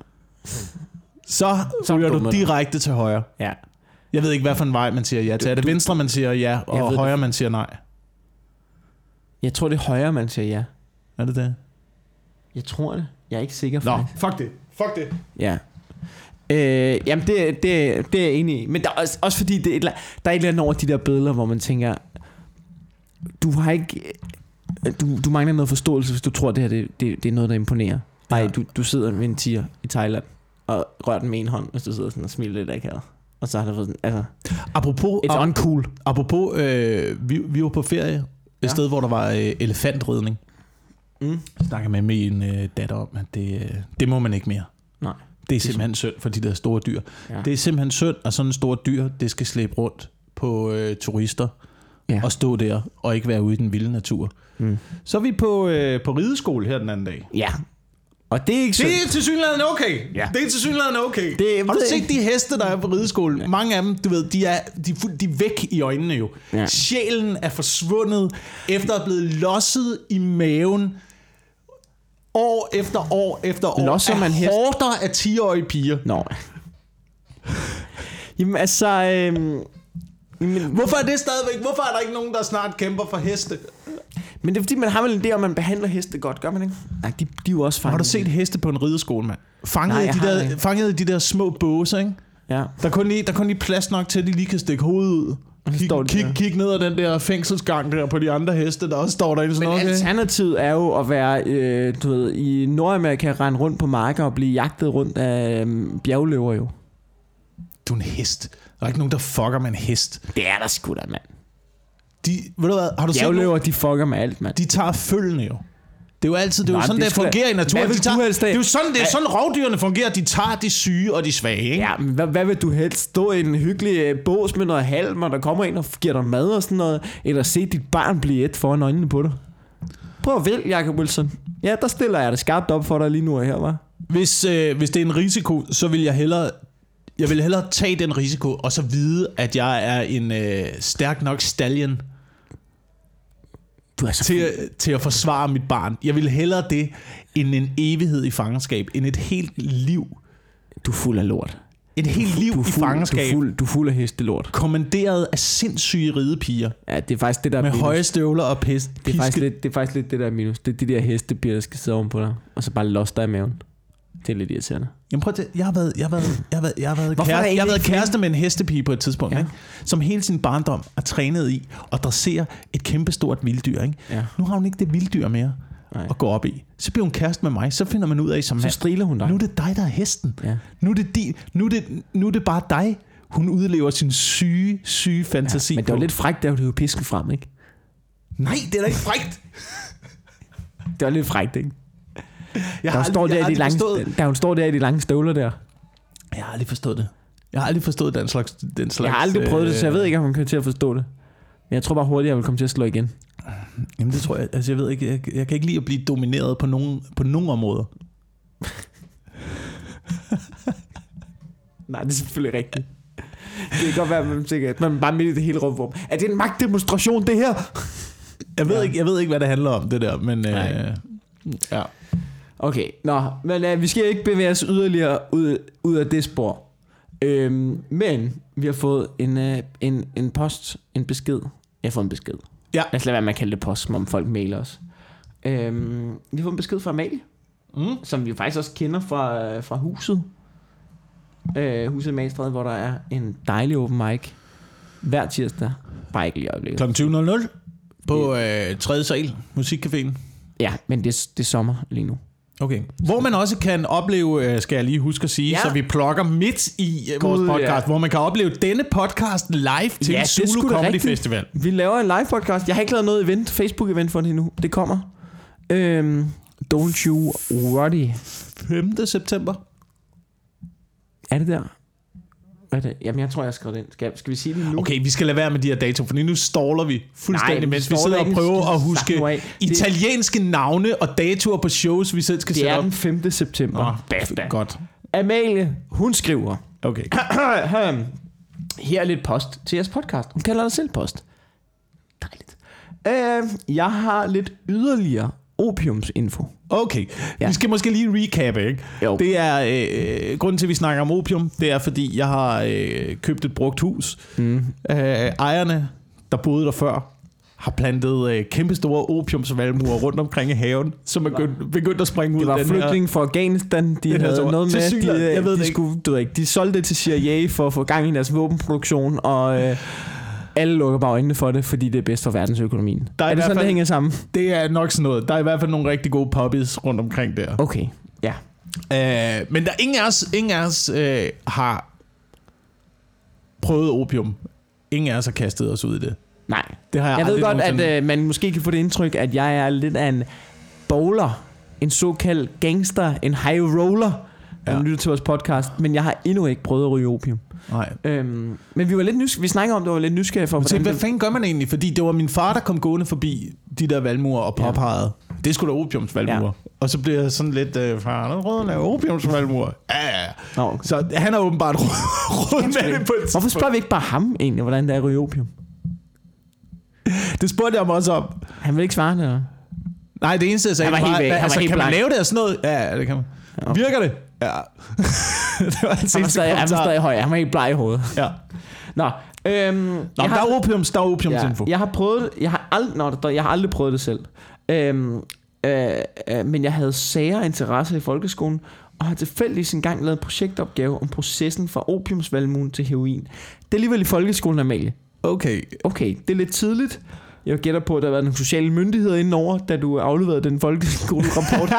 Speaker 2: så ryger du direkte til højre. Ja. Jeg ved ikke, hvad for en vej man siger ja til. Er det venstre, man siger ja, og højre, man siger nej?
Speaker 1: Jeg tror, det er højre, man siger ja.
Speaker 2: Er det det? Jeg
Speaker 1: tror det. Jeg er ikke sikker.
Speaker 2: Nå, fuck det.
Speaker 1: Ja. Jamen, det er jeg enig i. Men der er også fordi, der er et eller andet over de der billeder, hvor man tænker, du har ikke... Du mangler noget forståelse, hvis du tror, det her det er noget, der imponerer. Nej, du sidder med en tiger i Thailand og rører den med en hånd, hvis du sidder sådan og smiler lidt akavet. Og så har der fået sådan, altså...
Speaker 2: Apropos...
Speaker 1: It's uncool.
Speaker 2: Apropos, vi var på ferie et sted, hvor der var elefantridning. Jeg snakker med min datter om, at det må man ikke mere.
Speaker 1: Nej.
Speaker 2: Det er simpelthen synd for de der store dyr. Ja. Det er simpelthen synd, at sådan en stor dyr, det skal slæbe rundt på turister og stå der og ikke være ude i den vilde natur. Så er vi på rideskole her den anden dag.
Speaker 1: Ja. Og det er ikke
Speaker 2: det er tilsyneladende okay.
Speaker 1: Ja.
Speaker 2: Det er tilsyneladende okay. Har du set de heste, der er på rideskolen? Ja. Mange af dem, du ved, de er væk i øjnene jo. Ja. Sjælen er forsvundet, efter at have blevet losset i maven år efter år efter år.
Speaker 1: Losser man hest?
Speaker 2: Horder af 10-årige piger.
Speaker 1: Nå. Jamen altså...
Speaker 2: Hvorfor er det stadigvæk? Hvorfor er der ikke nogen, der snart kæmper for heste?
Speaker 1: Men det er fordi, man har vel en idé om, man behandler heste godt, gør man ikke? Nej, de er jo også fanget.
Speaker 2: Har du set heste på en rideskole, mand? Fangede de der små båse, ikke?
Speaker 1: Ja.
Speaker 2: Der er kun lige plads nok til, at de lige kan stikke hovedet ud. Kig ned ad den der fængselsgang der på de andre heste, der også står der.
Speaker 1: Men okay. Alternativet er jo at være du ved, i Nordamerika, rende rundt på marker og blive jagtet rundt af bjergløver jo.
Speaker 2: Du er en hest. Der er ikke nogen, der fucker med en hest.
Speaker 1: Det er der sgu da, mand.
Speaker 2: Ved du hvad, har du set
Speaker 1: bjergløver, de fucker med alt, mand.
Speaker 2: De tager følgende jo. Det er jo altid, det er jo sådan, det fungerer i naturen. Det er jo sådan rovdyrene fungerer. De tager de syge og de svage, ikke?
Speaker 1: Ja, men hvad vil du helst? Stå i en hyggelig bås med noget halm, og der kommer en og giver dig mad og sådan noget, eller se dit barn blive et foran øjnene på dig? Prøv at vælge, Jacob Wilson. Ja, der stiller jeg det skarpt op for dig lige nu og her, hva'?
Speaker 2: Hvis det er en risiko, så vil jeg hellere tage den risiko, og så vide, at jeg er en stærk nok stallion til at forsvare mit barn. Jeg vil hellere det, end en evighed i fangenskab, end et helt liv.
Speaker 1: Du er fuld af lort.
Speaker 2: Et helt liv i fangenskab.
Speaker 1: Du er fuld af hestelort.
Speaker 2: Kommanderet af sindssyge ridepiger.
Speaker 1: Ja, det er faktisk det der
Speaker 2: med minus. Høje støvler og pis.
Speaker 1: Det er faktisk lidt det der minus. Det er de der hestepiger, der skal sidde oven på dig, og så bare losse dig i maven. Det er lidt irriterende.
Speaker 2: Jamen prøv at jeg har været kæreste med en hestepige på et tidspunkt, ja. Ikke? Som hele sin barndom er trænet i at dressere et kæmpestort vilddyr. Ikke? Ja. Nu har hun ikke det vilddyr mere at gå op i. Så bliver hun kæreste med mig. Så finder man ud af, som
Speaker 1: så striler hun dig.
Speaker 2: Nu er det dig, der er hesten. Ja. Nu er det bare dig. Hun udlever sin syge fantasi.
Speaker 1: Ja, men det var lidt frækt, da du pisken frem, ikke?
Speaker 2: Nej, det er da ikke frækt.
Speaker 1: Det var lidt frækt, ikke? Da hun står der i de lange støvler der.
Speaker 2: Jeg har aldrig forstået det. Jeg har aldrig forstået den slags.
Speaker 1: Jeg har aldrig prøvet det, så jeg ved ikke, om hun kan til at forstå det. Men jeg tror bare hurtigt, jeg vil komme til at slå igen.
Speaker 2: Jamen det tror jeg. Altså jeg ved ikke. Jeg kan ikke lide at blive domineret på nogen områder.
Speaker 1: Nej, det er selvfølgelig rigtigt. Det kan godt være, at man bare midt i det hele rum. Er det en magtdemonstration, det her?
Speaker 2: Jeg ved ikke, hvad det handler om, det der. Men ja.
Speaker 1: Okay, men vi skal ikke bevæge os yderligere ud af det spor. Men vi har fået en besked. Jeg har fået en besked. Ja. Lad os lade være med at kalde det post, som om folk mailer os. Vi har fået en besked fra Amalie, som vi faktisk også kender fra huset. Huset i Magstræde, hvor der er en dejlig open mic hver tirsdag. Bare ikke lige øjeblikket.
Speaker 2: 20.00 på 3. sal, Musikcaféen.
Speaker 1: Ja, men det er sommer lige nu.
Speaker 2: Okay. Hvor man også kan opleve, skal jeg lige huske at sige, så vi plukker midt i vores podcast, hvor man kan opleve denne podcast live til Zulu Comedy Festival.
Speaker 1: Vi laver en live podcast. Jeg har ikke lavet noget event, Facebook-event for det endnu. Det kommer. Don't you worry.
Speaker 2: 5. september.
Speaker 1: Er det der? Hvad er det? Jamen, jeg tror, jeg har skrevet ind. Skal vi sige det nu?
Speaker 2: Okay, vi skal lade være med de her datoer, for nu ståler vi fuldstændig, mens vi sidder og prøver at huske italienske navne og datoer på shows, vi selv skal sætte op.
Speaker 1: Det er den 5. september.
Speaker 2: Godt.
Speaker 1: Amalie, hun skriver.
Speaker 2: Okay.
Speaker 1: Her er lidt post til jeres podcast. Hun kalder det selv post. Dejligt. Jeg har lidt yderligere opiumsinfo.
Speaker 2: Okay, vi skal måske lige recappe, ikke? Jo. Det er grunden til, at vi snakker om opium. Det er, fordi jeg har købt et brugt hus. Ejerne, der boede der før, har plantet kæmpestore opiumsvalmuer rundt omkring i haven, som er begyndt at springe ud.
Speaker 1: Det var flygtninge fra Afghanistan. De havde noget med, de solgte det til CIA for at få gang i deres våbenproduktion, og alle lukker bare øjnene for det, fordi det er bedst for verdensøkonomien. Er det sådan, det hænger sammen?
Speaker 2: Det er nok sådan noget. Der er i hvert fald nogle rigtig gode puppies rundt omkring der.
Speaker 1: Okay, ja.
Speaker 2: Men der ingen af os har prøvet opium. Ingen af os har kastet os ud i det.
Speaker 1: Nej.
Speaker 2: Det har
Speaker 1: jeg ved godt, at man måske kan få det indtryk, at jeg er lidt af en bowler, en såkaldt gangster, en high roller, når lytter til vores podcast, men jeg har endnu ikke prøvet at ryge opium.
Speaker 2: Nej.
Speaker 1: Men vi var lidt nysgerrige. Vi snakker om, det var lidt nysgerrige for.
Speaker 2: Hvad fanden gør man egentlig? Fordi det var min far, der kom gående forbi de der valmuer og påpegede. Det skulle da opiumsvalmuer. Og så bliver jeg sådan lidt, far, der rød lave opiumsvalmur. Ja. Okay. Så han er åbenbart rød med det på et.
Speaker 1: Hvorfor spørger vi ikke bare ham egentlig, hvordan det er at ryge opium?
Speaker 2: Det spurgte jeg ham også om.
Speaker 1: Han vil ikke svare det, eller?
Speaker 2: Nej, det eneste jeg sagde var, kan man lave det af sådan noget? Ja, det kan man. Ja. Virker det? Ja. Det var
Speaker 1: han var stadig høj. Han var helt bleg i hovedet.
Speaker 2: Ja.
Speaker 1: Nå,
Speaker 2: der er opiumsinfo.
Speaker 1: Jeg har prøvet det. Jeg har aldrig prøvet det selv. Men jeg havde sager interesse i folkeskolen, og har tilfældigvis engang lavet en projektopgave om processen fra opiumsvalmuen til heroin. Det er alligevel i folkeskolen, Amalie. Okay, det er lidt tidligt. Jeg gætter på, at der har været nogle sociale myndigheder indenover, da du afleverede den folkeskolerapport.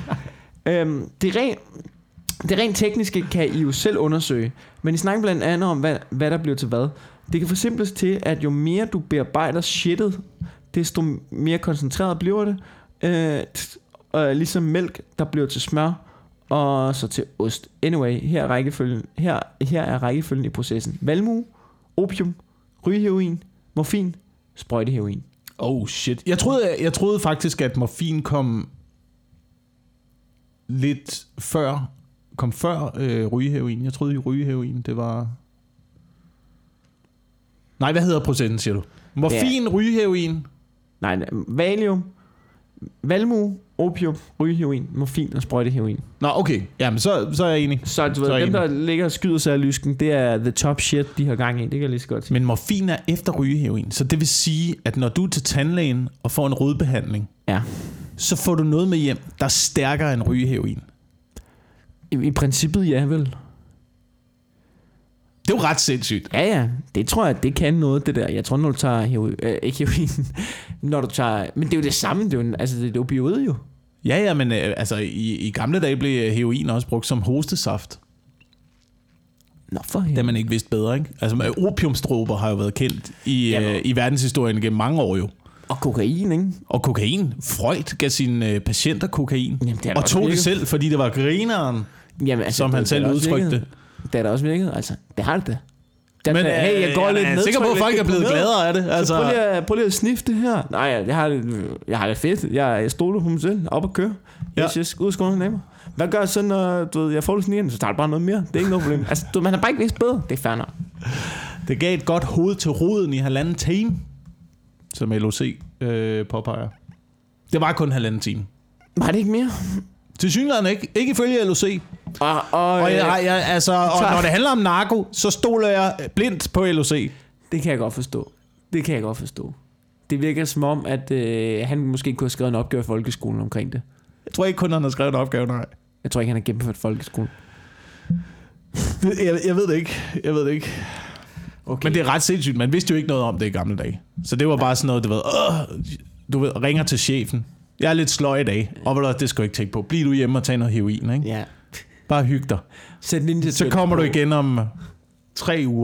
Speaker 1: Det rent tekniske kan I jo selv undersøge, men I snakker blandt andet om, hvad der bliver til hvad. Det kan forsimples til, at jo mere du bearbejder shitet, desto mere koncentreret bliver det. Ligesom mælk, der bliver til smør, og så til ost. Anyway, her er rækkefølgen i processen. Valmue, opium, rygeheroin, morfin, sprøjteheroin.
Speaker 2: Oh shit. Jeg troede faktisk, at morfin kom lidt før rygeheroin. Jeg troede, at rygeheroin, det var... Nej, hvad hedder processen, siger du? Morfin, rygeheroin?
Speaker 1: Nej, valium, valmue, opium, rygeheroin, morfin og sprøjteheroin.
Speaker 2: Nå, okay. Jamen, så er jeg enig.
Speaker 1: Så du ved, dem, der ligger og skyder sig af lysken, det er the top shit, de har gang i. Det kan jeg lige så godt sige.
Speaker 2: Men morfin er efter rygeheroin, så det vil sige, at når du er til tandlægen og får en rodbehandling, så får du noget med hjem, der er stærkere end rygeheroin.
Speaker 1: I princippet, ja vel.
Speaker 2: Det er jo ret sindssygt.
Speaker 1: Ja. Det tror jeg, det kan noget, det der. Jeg tror, når du tager ikke heroin, når du tager... Men det er jo det samme, det er jo opioid jo.
Speaker 2: Ja, men altså i gamle dage blev heroin også brugt som hostesaft.
Speaker 1: Nå for helvede.
Speaker 2: Det man ikke vidste bedre, ikke? Altså opiumsdråber har jo været kendt i verdenshistorien gennem mange år jo.
Speaker 1: Og kokain, ikke?
Speaker 2: Og kokain. Freud gav sine patienter kokain. Jamen, og tog det selv, fordi det var grineren, som han selv udtrykte.
Speaker 1: Det er da også virket, altså. Det har det da.
Speaker 2: Men
Speaker 1: hey, jeg går lidt
Speaker 2: ned. Sikker på, at folk er blevet gladere af det.
Speaker 1: Altså. Prøv lige at sniffe det her. Nej, jeg har det fedt. Jeg stoler på mig selv. Op og køre. Yes, ud af skolen med mig. Hvad gør jeg så, når jeg får det sådan igen? Så tager det bare noget mere. Det er ikke noget problem. Altså, man har bare ikke vidst bedre. Det er fair nok.
Speaker 2: Det gav et godt hoved til roden i 1,5 time, som LOC påpeger. Det var kun 1,5 time.
Speaker 1: Var det ikke mere?
Speaker 2: Til synligheden ikke. Ikke ifølge LOC. Og når det handler om narko, så stoler jeg blindt på LOC.
Speaker 1: Det kan jeg godt forstå. Det virker som om, at han måske kunne have skrevet en opgave i folkeskolen omkring det.
Speaker 2: Jeg tror ikke kun, han har skrevet en opgave, nej.
Speaker 1: Jeg tror ikke, han har gennemført folkeskolen.
Speaker 2: Jeg ved det ikke. Okay. Men det er ret sindssygt. Man vidste jo ikke noget om det i gamle dage. Så det var bare sådan noget, du ved, ringer til chefen. Jeg er lidt sløj i dag. Og det skal jeg ikke tænke på. Bliv du hjemme og tag noget heroin, ikke?
Speaker 1: Ja.
Speaker 2: Bare hyg dig. Så kommer du igen om 3 uger.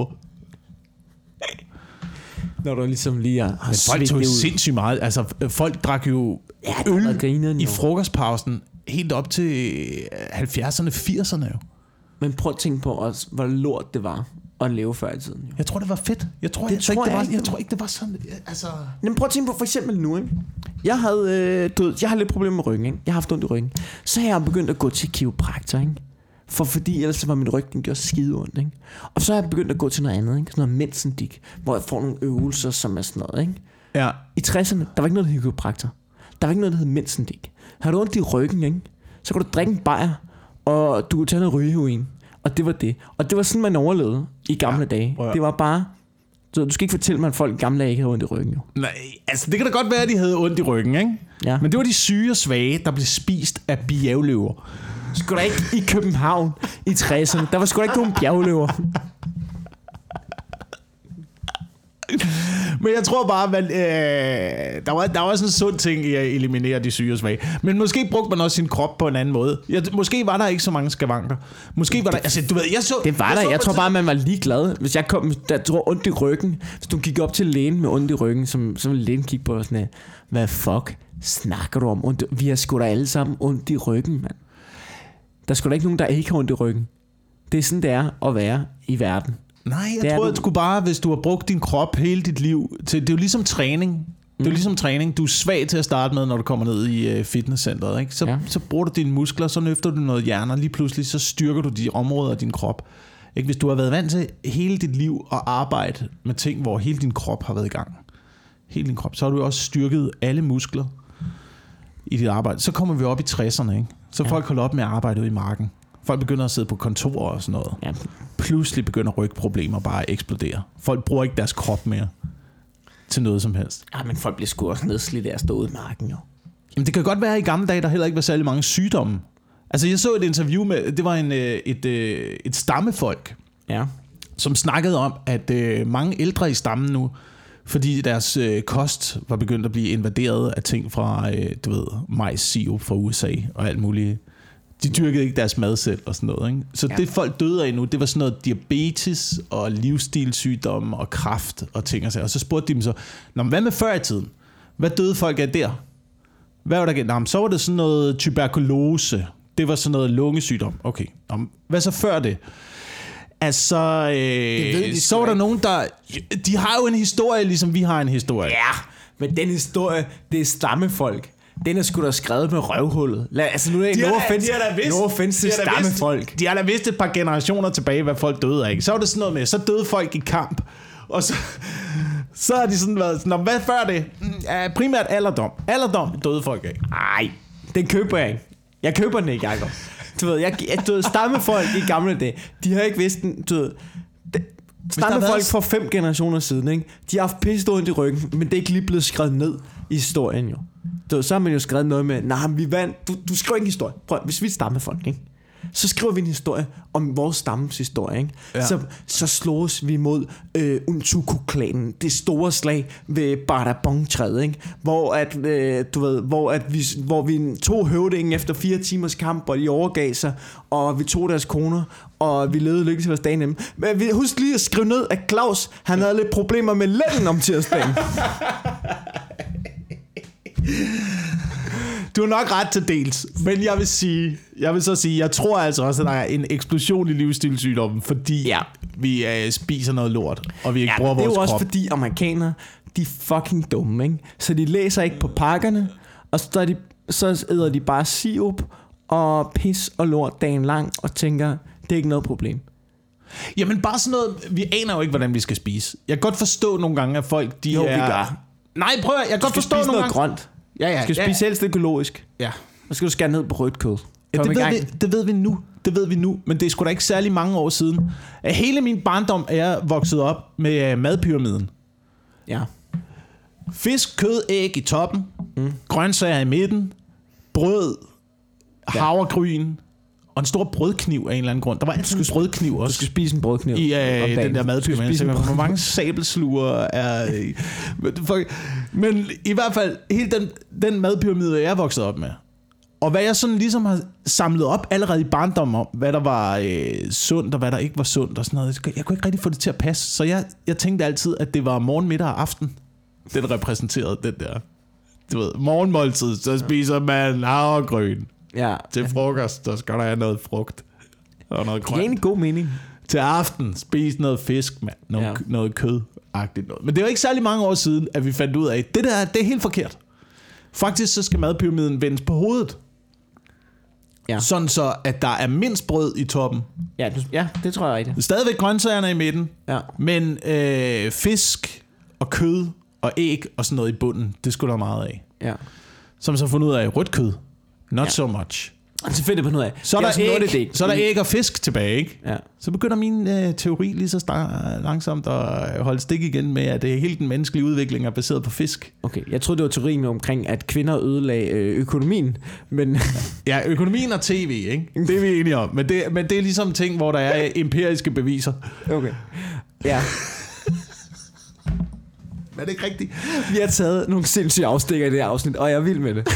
Speaker 1: Når du ligesom lige har...
Speaker 2: Men folk tog sindssygt meget. Altså, folk drak jo øl i frokostpausen helt op til 70'erne, 80'erne jo.
Speaker 1: Men prøv at tænke på også, hvor lort det var at leve før i tiden. Jo.
Speaker 2: Jeg tror, det var fedt. Jeg tror ikke, det var sådan... Altså...
Speaker 1: Men prøv at tænke på for eksempel nu, ikke? Jeg har lidt problemer med ryggen, ikke? Jeg har haft ondt i ryggen. Så har jeg begyndt at gå til kiropraktor, ikke? Fordi ellers var min ryg, den gjorde skide ondt, ikke? Og så har jeg begyndt at gå til noget andet, ikke? Sådan noget mensendik, hvor jeg får nogle øvelser, som er sådan noget, ikke?
Speaker 2: Ja.
Speaker 1: I 60'erne, der var ikke noget, der hed kiropraktor. Der var ikke noget, der hed mensendik. Har du ondt i ryggen, ikke? Så kunne du drikke en bajer, og du kunne tage noget rygeheroin. Og det var det. Og det var sådan, man overlevede i gamle dage. Det var bare... Så du skal ikke fortælle mig, at folk i gamle dage ikke havde ondt i ryggen, jo.
Speaker 2: Nej, altså det kan da godt være, at de havde ondt i ryggen, ikke?
Speaker 1: Ja.
Speaker 2: Men det var de syge og svage, der blev spist af bjergløver.
Speaker 1: Sgu da ikke i København i 60'erne. Der var sgu da ikke nogen bjergløver.
Speaker 2: Men jeg tror bare, man, der var sådan en sund ting i at eliminere de syge og svage. Men måske brugte man også sin krop på en anden måde. Måske var der ikke så mange skavanker. Måske var der... Altså, du ved,
Speaker 1: det var der. Jeg tror bare, man var ligeglad. Hvis jeg kom, der tror ondt i ryggen. Hvis du gik op til lægen med ondt i ryggen, så ville lægen kigge på dig sådan, hvad fuck snakker du om? Vi har sgu da alle sammen ondt i ryggen, mand. Der er sgu da ikke nogen, der ikke har ondt i ryggen. Det er sådan, det er at være i verden.
Speaker 2: Nej, jeg tror, at du bare, hvis du har brugt din krop hele dit liv til, det er jo ligesom træning. Det er ligesom træning. Du er svag til at starte med, når du kommer ned i fitnesscenteret. Ikke? Så bruger du dine muskler, så løfter du noget hjerne, og lige pludselig så styrker du de områder af din krop. Ikke? Hvis du har været vant til hele dit liv at arbejde med ting, hvor hele din krop har været i gang, hele din krop, så har du også styrket alle muskler i dit arbejde. Så kommer vi op i 60'erne, ikke? Så folk holder op med at arbejde ude i marken. Folk begynder at sidde på kontorer og sådan noget. Ja. Pludselig begynder rygproblemer bare at eksplodere. Folk bruger ikke deres krop mere til noget som helst.
Speaker 1: Ja, men folk bliver sgu også nedslidt af at stå ude i marken, jo.
Speaker 2: Jamen, det kan godt være, at i gamle dage, der heller ikke var særlig mange sygdomme. Altså, jeg så et interview med, det var et stammefolk, som snakkede om, at mange ældre i stammen nu, fordi deres kost var begyndt at blive invaderet af ting fra, majssirup fra USA og alt muligt. De dyrkede ikke deres mad selv og sådan noget, ikke? Så det folk døde af nu, det var sådan noget diabetes og livsstilssygdomme og kræft og ting og sager. Og så spurgte de dem så, hvad med før i tiden? Hvad døde folk af der? Hvad var der? Så var det sådan noget tuberkulose. Det var sådan noget lungesygdom. Okay. Hvad så før det? Altså, så var der nogen, der... De har jo en historie, ligesom vi har en historie.
Speaker 1: Ja, men den historie, det er stammefolk. Den er sgu da skrevet med røvhullet. Altså nu er det no offense til stammefolk.
Speaker 2: De har da vidst et par generationer tilbage, hvad folk døde af. Så var det sådan noget med, så døde folk i kamp. Og så har de sådan været sådan, hvad før det? Primært alderdom. Alderdom døde folk af.
Speaker 1: Nej, den køber jeg ikke. Jeg køber den ikke, Jacob. Du ved, stammefolk i gamle dage, de har ikke vidst den, du ved... Stammefolk for 5 generationer siden, ikke? De har haft pisse ondt i ryggen, men det er ikke lige blevet skrevet ned i historien, jo. Så har man jo skrevet noget med, vi vandt. Du skriver ikke en historie. Prøv, hvis vi er stammefolk, ikke? Så skriver vi en historie om vores stammes historie, ikke? Ja. Så slås vi mod Untuku-klanen, det store slag ved Badabong-træet, ikke? Hvor vi tog høvdingen efter 4 timers kamp, og de overgav sig, og vi tog deres koner, og vi levede lykkes hos dagen. Men husk lige at skrive ned, at Claus, han havde lidt problemer med lænden om tirsdagen.
Speaker 2: Du har nok ret til dels, men jeg vil så sige, jeg tror altså også, at der er en eksplosion i livsstilssygdommen, fordi vi spiser noget lort, og vi ikke bruger vores krop.
Speaker 1: Det er jo også fordi amerikanere, de er fucking dumme, ikke? Så de læser ikke på pakkerne, og så æder de bare sirup og pis og lort dagen lang, og tænker, det er ikke noget problem.
Speaker 2: Jamen bare sådan noget, vi aner jo ikke, hvordan vi skal spise. Jeg kan godt forstå nogle gange, at folk,
Speaker 1: vi gør.
Speaker 2: Nej, prøv at, jeg kan godt forstå nogle gange.
Speaker 1: Grønt. Ja. Skal spise helst økologisk.
Speaker 2: Ja.
Speaker 1: Og skal du skære ned på rødt kød.
Speaker 2: Det ved vi nu. Men det er sgu da ikke særlig mange år siden. Hele min barndom er jeg vokset op med madpyramiden.
Speaker 1: Ja.
Speaker 2: Fisk, kød, æg i toppen. Grøntsager i midten. Brød. Havregryn. Og en stor brødkniv af en eller anden grund. Der var altid en brødkniv også.
Speaker 1: Du skal spise en brødkniv.
Speaker 2: I den der madpyramide. Hvor mange sabelsluger er... Men i hvert fald, hele den madpyramide, jeg er vokset op med. Og hvad jeg sådan ligesom har samlet op allerede i barndommen om, hvad der var sundt, og hvad der ikke var sundt og sådan noget. Jeg kunne ikke rigtig få det til at passe. Så jeg tænkte altid, at det var morgen, middag og aften. Den repræsenterede den der. Du ved, morgenmåltid, så spiser man havregryn. Ja. Til frokost, der skal der have noget frugt og noget grønt.
Speaker 1: Det er en god mening.
Speaker 2: Til aften, spise noget fisk, mand. Noget kød-agtigt noget. Men det var ikke særlig mange år siden, at vi fandt ud af, at det er helt forkert. Faktisk så skal madpyramiden vendes på hovedet. Ja. Sådan så, at der er mindst brød i toppen.
Speaker 1: Ja, det tror jeg rigtigt.
Speaker 2: Stadigvæk grøntsagerne i midten. Ja. Men fisk og kød og æg og sådan noget i bunden, det skulle der meget af. Ja. Som så fundet ud af rødt kød. Not so much.
Speaker 1: Og så finder jeg på noget af.
Speaker 2: Så er der æg og fisk tilbage, ikke? Ja. Så begynder min teori lige så langsomt at holde stik igen med, at hele den menneskelige udvikling er baseret på fisk.
Speaker 1: Okay, jeg troede, det var teorien omkring, at kvinder ødelagde økonomien, men...
Speaker 2: Ja, økonomien og tv, ikke? Det er vi enige om. Men det er ligesom ting, hvor der er empiriske beviser.
Speaker 1: Okay. Ja.
Speaker 2: Men er det ikke rigtigt?
Speaker 1: Vi har taget nogle sindssyge afstikker i det her afsnit, og jeg er vild med det.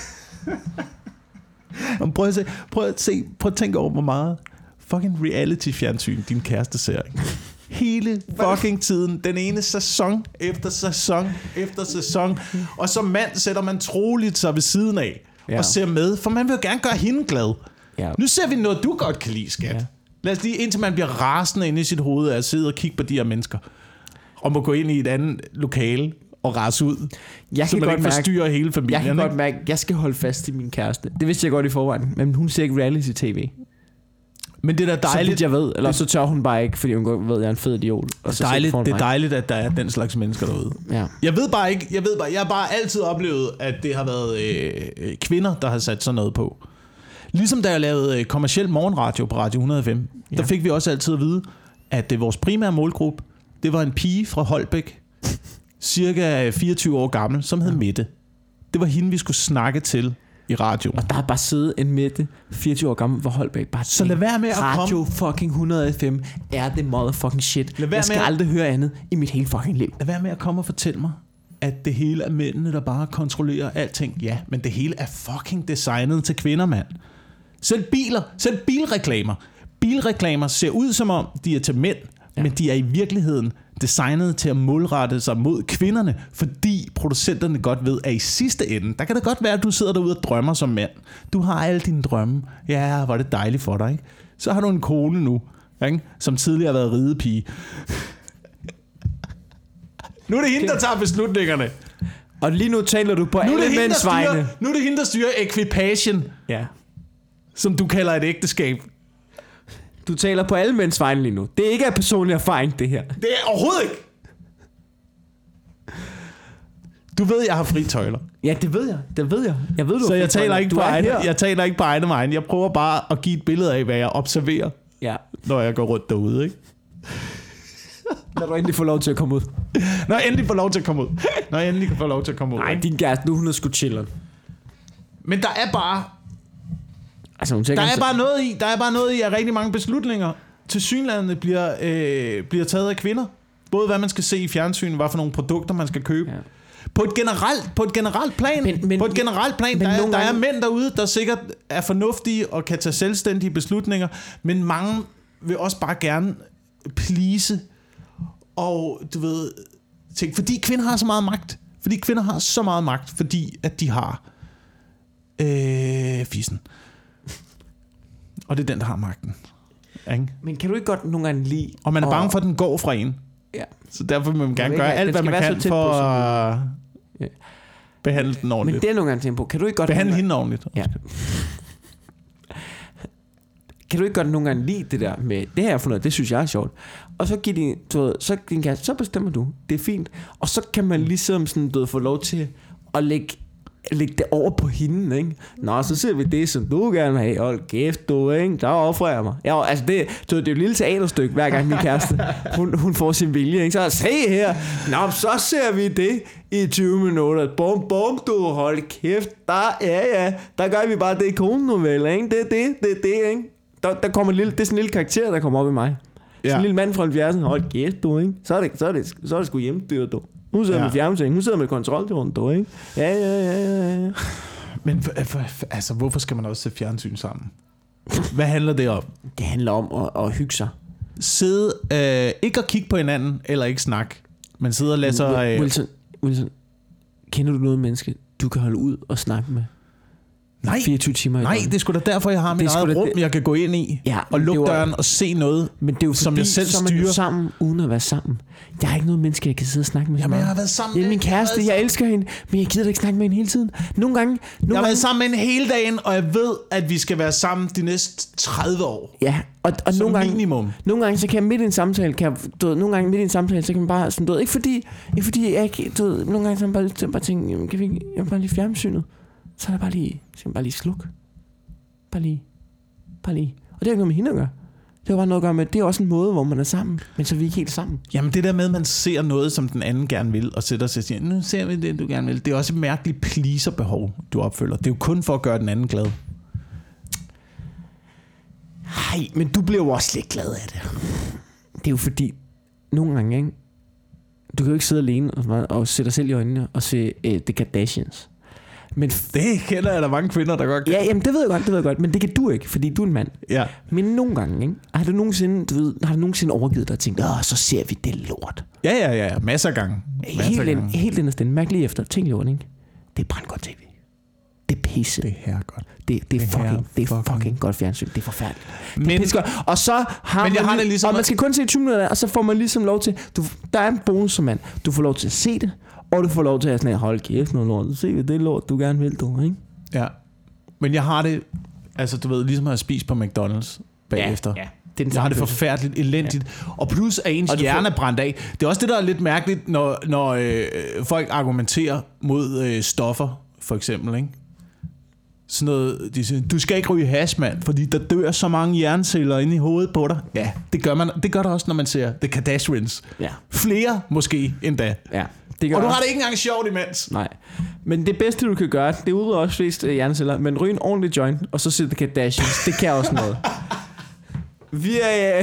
Speaker 2: Prøv at tænke over, hvor meget fucking reality-fjernsyn din kæreste ser. Hele fucking tiden. Den ene sæson efter sæson efter sæson. Og som mand sætter man troligt sig ved siden af og ser med, for man vil jo gerne gøre hende glad. Ja. Nu ser vi noget, du godt kan lide, skat. Ja. Lad os lige, indtil man bliver rasende inde i sit hoved af at sidde og kigge på de her mennesker. Og må gå ind i et andet lokale og rase ud. Så man ikke forstyrrer hele familien.
Speaker 1: Jeg kan godt mærke, at jeg skal holde fast i min kæreste. Det vidste jeg godt i forvejen. Men hun ser ikke reality-tv.
Speaker 2: Men det er da dejligt.
Speaker 1: Så jeg ved. Eller så tør hun bare ikke, fordi hun godt ved, at jeg er en fed idiot. Og
Speaker 2: det er dejligt, at der er den slags mennesker derude.
Speaker 1: Ja.
Speaker 2: Jeg har bare altid oplevet, at det har været kvinder, der har sat sådan noget på. Ligesom da jeg lavede kommerciel morgenradio på Radio 105, der fik vi også altid at vide, at det vores primære målgruppe, det var en pige fra Holbæk, cirka 24 år gammel, som hed Mette. Det var hende, vi skulle snakke til i radio.
Speaker 1: Og der er bare siddet en Mette, 24 år gammel fra Holbæk. Bare
Speaker 2: så lad være med at
Speaker 1: Radio fucking 105 er det motherfucking shit. Jeg skal aldrig høre andet i mit hele fucking liv.
Speaker 2: Lad være med at komme og fortælle mig, at det hele er mændene, der bare kontrollerer alting. Ja, men det hele er fucking designet til kvinder, mand. Selv bilreklamer. Bilreklamer ser ud som om, de er til mænd, men de er i virkeligheden designet til at målrette sig mod kvinderne, fordi producenterne godt ved, at i sidste ende, der kan det godt være, at du sidder derude og drømmer som mand. Du har alle dine drømme. Ja, hvor er det dejligt for dig, ikke? Så har du en kone nu, ikke? Som tidligere har været ridepige. Nu er det hende, der tager beslutningerne.
Speaker 1: Og lige nu taler du på alle mænds vegne.
Speaker 2: Nu er det hende, der styrer ekvipagen, som du kalder et ægteskab.
Speaker 1: Du taler på alle mænds vegne lige nu. Det er ikke af personlig erfaring, det her.
Speaker 2: Det er overhovedet ikke. Du ved, jeg har fri tøjler.
Speaker 1: Ja, det ved jeg. Jeg ved, du.
Speaker 2: Så jeg taler ikke på egne vegne. Jeg prøver bare at give et billede af, hvad jeg observerer, når jeg går rundt derude, ikke?
Speaker 1: Når du endelig får lov til at komme ud.
Speaker 2: Når jeg endelig får lov til at komme ud.
Speaker 1: Nej, din kæreste, nu hun er sgu chiller.
Speaker 2: Men der er bare...
Speaker 1: Altså,
Speaker 2: der er bare noget i, at rigtig mange beslutninger tilsyneladende bliver taget af kvinder. Både hvad man skal se i fjernsynet, hvad for nogle produkter man skal købe. Ja. På et generelt plan. Der er mænd derude, der sikkert er fornuftige og kan tage selvstændige beslutninger, men mange vil også bare gerne please og du ved tænke, fordi kvinder har så meget magt. Fordi at de har fissen. Og det er den, der har magten. Ikke?
Speaker 1: Men kan du ikke godt nogle gange lide...
Speaker 2: Og man er bange for, at den går fra en.
Speaker 1: Ja.
Speaker 2: Så derfor vil man gerne gøre alt, hvad man kan for at behandle den ordentligt.
Speaker 1: Men det er nogle gange tænke på. Kan du ikke godt...
Speaker 2: Behandle hende ordentligt.
Speaker 1: Ja. Kan du ikke godt nogle gange lide det der med... Det her jeg fundet, det synes jeg er sjovt. Og så giver din kæreste, så bestemmer du. Det er fint. Og så kan man ligesom sådan, få lov til at lægge det over på hende, ikke? Nå, så ser vi det, som du gerne vil have. Hold kæft, du, ikke? Der offrer jeg mig. Ja, altså det er jo et lille teaterstykke, hver gang min kæreste, hun får sin vilje, ikke? Så se her. Nå, så ser vi det i 20 minutter. Bum, bum, du, hold kæft. Der gør vi bare det, konen nu vel, ikke? Det er ikke? Der kommer det er sådan en lille karakter, der kommer op i mig. Sådan en lille mand fra 70'erne. Hold kæft, du, ikke? Så er det sgu hjemmestyr, du. Nu sidder med fjernsyn, nu sidder med kontrol til rundt, du, ikke? Ja.
Speaker 2: Men altså, hvorfor skal man også se fjernsyn sammen? Hvad handler det om?
Speaker 1: Det handler om at hygge sig.
Speaker 2: Sidde, ikke at kigge på hinanden, eller ikke snakke, men sidde og lade sig...
Speaker 1: Wilson, kender du noget menneske, du kan holde ud og snakke med?
Speaker 2: Nej,
Speaker 1: 24 timer
Speaker 2: nej, det er sgu da derfor, jeg har mit eget rum, jeg kan gå ind i og lukke døren og se noget,
Speaker 1: men det er jo
Speaker 2: som
Speaker 1: fordi,
Speaker 2: jeg selv styrer.
Speaker 1: Så er man jo sammen, uden at være sammen. Jeg har ikke noget menneske, jeg kan sidde og snakke med.
Speaker 2: Jamen, jeg har været sammen
Speaker 1: med min kæreste, jeg elsker hende, men jeg gider ikke snakke med hende hele tiden. Nogle gange
Speaker 2: jeg har været sammen med hende hele dagen, og jeg ved, at vi skal være sammen de næste 30 år.
Speaker 1: Ja, og nogle gange,
Speaker 2: minimum.
Speaker 1: Nogle gange, så kan jeg midt i en samtale, så kan man bare sådan, ikke fordi jeg ikke, nogle gange, så kan man bare tænke, jamen, kan vi ikke, jeg bare lige fjernsynet. Så er der bare lige sluk. Bare lige. Og det har ikke noget med hende at gøre. Det har bare noget at gøre med, det er også en måde, hvor man er sammen, men så er vi ikke helt sammen.
Speaker 2: Jamen det der med, at man ser noget, som den anden gerne vil, og sætter sig og siger, nu ser vi det, du gerne vil. Det er også et mærkeligt pleaserbehov, du opfylder. Det er jo kun for at gøre den anden glad.
Speaker 1: Nej, men du bliver jo også lidt glad af det. Det er jo fordi, nogle gange, ikke? Du kan jo ikke sidde alene og sætte dig selv i øjnene og se The Kardashians. Men
Speaker 2: det kender jeg, der mange kvinder, der godt kan.
Speaker 1: Ja, jamen det ved jeg godt, men det kan du ikke, fordi du er en mand.
Speaker 2: Ja.
Speaker 1: Men nogle gange, ikke? Har du nogensinde overgivet dig og tænkt, så ser vi det lort?
Speaker 2: Ja, masser af gange.
Speaker 1: Helt inderst inde, mærk lige efter, tænk lort, ikke? Det er brandgodt tv. Det er pisse.
Speaker 2: Det er herregodt.
Speaker 1: Det er fucking godt fjernsyn. Det er forfærdeligt. Men, og så har
Speaker 2: man
Speaker 1: man skal kun se 20 minutter, og så får man ligesom lov til, der er en bonus som mand. Du får lov til at se det, og du får lov til at sådan, hold kæft noget lort, se hvad det lort, du gerne vil, du, ikke?
Speaker 2: Ja, men jeg har det, altså du ved, ligesom at have spist på McDonald's bagefter.
Speaker 1: Ja.
Speaker 2: Jeg har det forfærdeligt, elendigt. Ja. Og plus at ens hjerne er brændt af. Det er også det, der er lidt mærkeligt, når folk argumenterer mod stoffer, for eksempel, ikke? Sådan noget, de siger, du skal ikke ryge hash, mand, fordi der dør så mange hjerneceller inde i hovedet på dig. Ja, det gør der også, når man ser The Kardashians. Ja. Flere måske endda. Ja. Det og du har det ikke engang sjovt imens.
Speaker 1: Nej. Men det bedste, du kan gøre, det udrydder også flest hjerneceller, men ryg en ordentlig joint, og så se The Kardashians. Det kan også noget. Vi er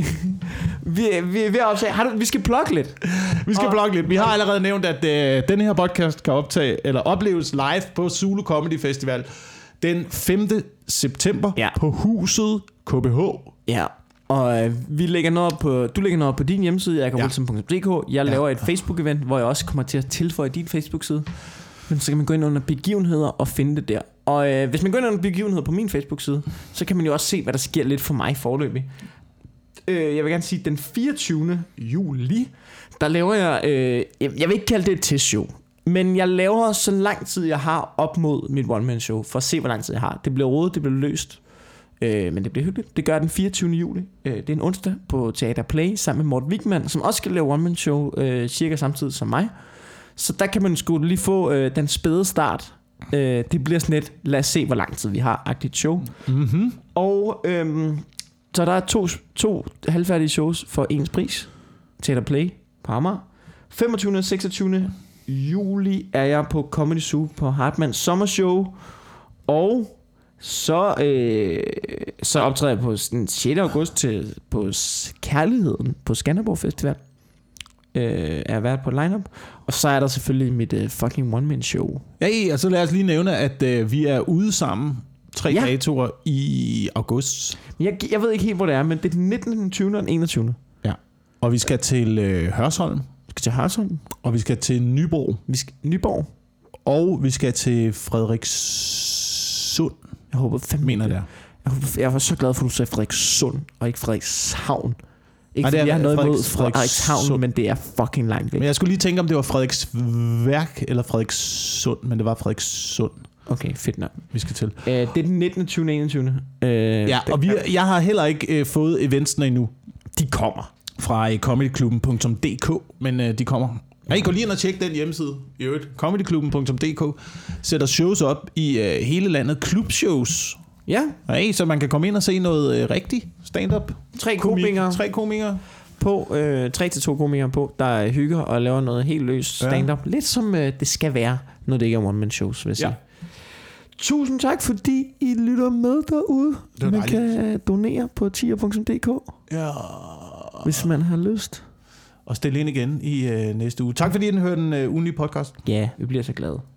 Speaker 1: ved at optage. Vi skal plukke lidt.
Speaker 2: Vi har allerede nævnt, at den her podcast kan opleves live på Zulu Comedy Festival den 5. september på Huset KBH. Ja.
Speaker 1: Og vi lægger noget op du lægger noget op på din hjemmeside, jakobwilson.dk. Jeg laver et Facebook-event, hvor jeg også kommer til at tilføje din Facebook-side. Men så kan man gå ind under begivenheder og finde det der. Og hvis man går ind under begivenheder på min Facebook-side, så kan man jo også se, hvad der sker lidt for mig foreløbig. Jeg vil gerne sige, den 24. juli, der laver jeg, jeg vil ikke kalde det et testshow, men jeg laver så lang tid, jeg har op mod mit one-man-show, for at se, hvor lang tid jeg har. Det bliver rodet, det bliver løst, men det bliver hyggeligt. Det gør den 24. juli. Det er en onsdag på Teater Play, sammen med Morten Wigman, som også skal lave one-man-show cirka samtidig som mig. Så der kan man sgu lige få den spæde start. Det bliver sådan et, lad os se, hvor lang tid vi har, agtigt show. Mm-hmm. Og så der er to halvfærdige shows for ens pris. Teater Play på Amager. 25. og 26. juli er jeg på Comedy Zoo på Hartmanns sommershow. Og så optræder jeg på den 6. august på Kærligheden på Skanderborg Festival. Er været på lineup. Og så er der selvfølgelig mit fucking one-man show.
Speaker 2: Ja, og så lad os lige nævne, at vi er ude sammen 3 datoer i august.
Speaker 1: Jeg ved ikke helt, hvor det er, men det er den 19., den 20. og den 21.
Speaker 2: Ja. Og vi skal til Hørsholm. Og vi skal til Nyborg. Og vi skal til Frederikssund.
Speaker 1: Jeg håber fandme
Speaker 2: mener det er.
Speaker 1: Jeg var så glad for, at du sagde Frederikssund og ikke Frederikshavn. Ikke fordi jeg har noget imod Frederikshavn, men det er fucking langt væk.
Speaker 2: Men jeg skulle lige tænke, om det var Frederiksværk eller Frederikssund, men det var Frederikssund.
Speaker 1: Okay, fedt nok.
Speaker 2: Vi skal til.
Speaker 1: Det er den 19. 20. 21.
Speaker 2: Ja, og jeg har heller ikke fået eventsene endnu.
Speaker 1: De kommer.
Speaker 2: Fra comedyklubben.dk, men de kommer. Ja, I går lige ind og tjek den hjemmeside i øvrigt. Comedyklubben.dk sætter shows op i hele landet. Klubshows.
Speaker 1: Ja.
Speaker 2: Ja, så man kan komme ind og se noget rigtig stand-up.
Speaker 1: 3 komikere. På 3-2 komikere på, der hygger og laver noget helt løst stand-up. Lidt som det skal være, når det ikke er one-man-shows, vil jeg sige. Tusind tak, fordi I lytter med derude. Man kan donere på tier.dk, hvis man har lyst.
Speaker 2: Og stille ind igen i næste uge. Tak fordi I hørte den ugenlige podcast.
Speaker 1: Ja, vi bliver så glade.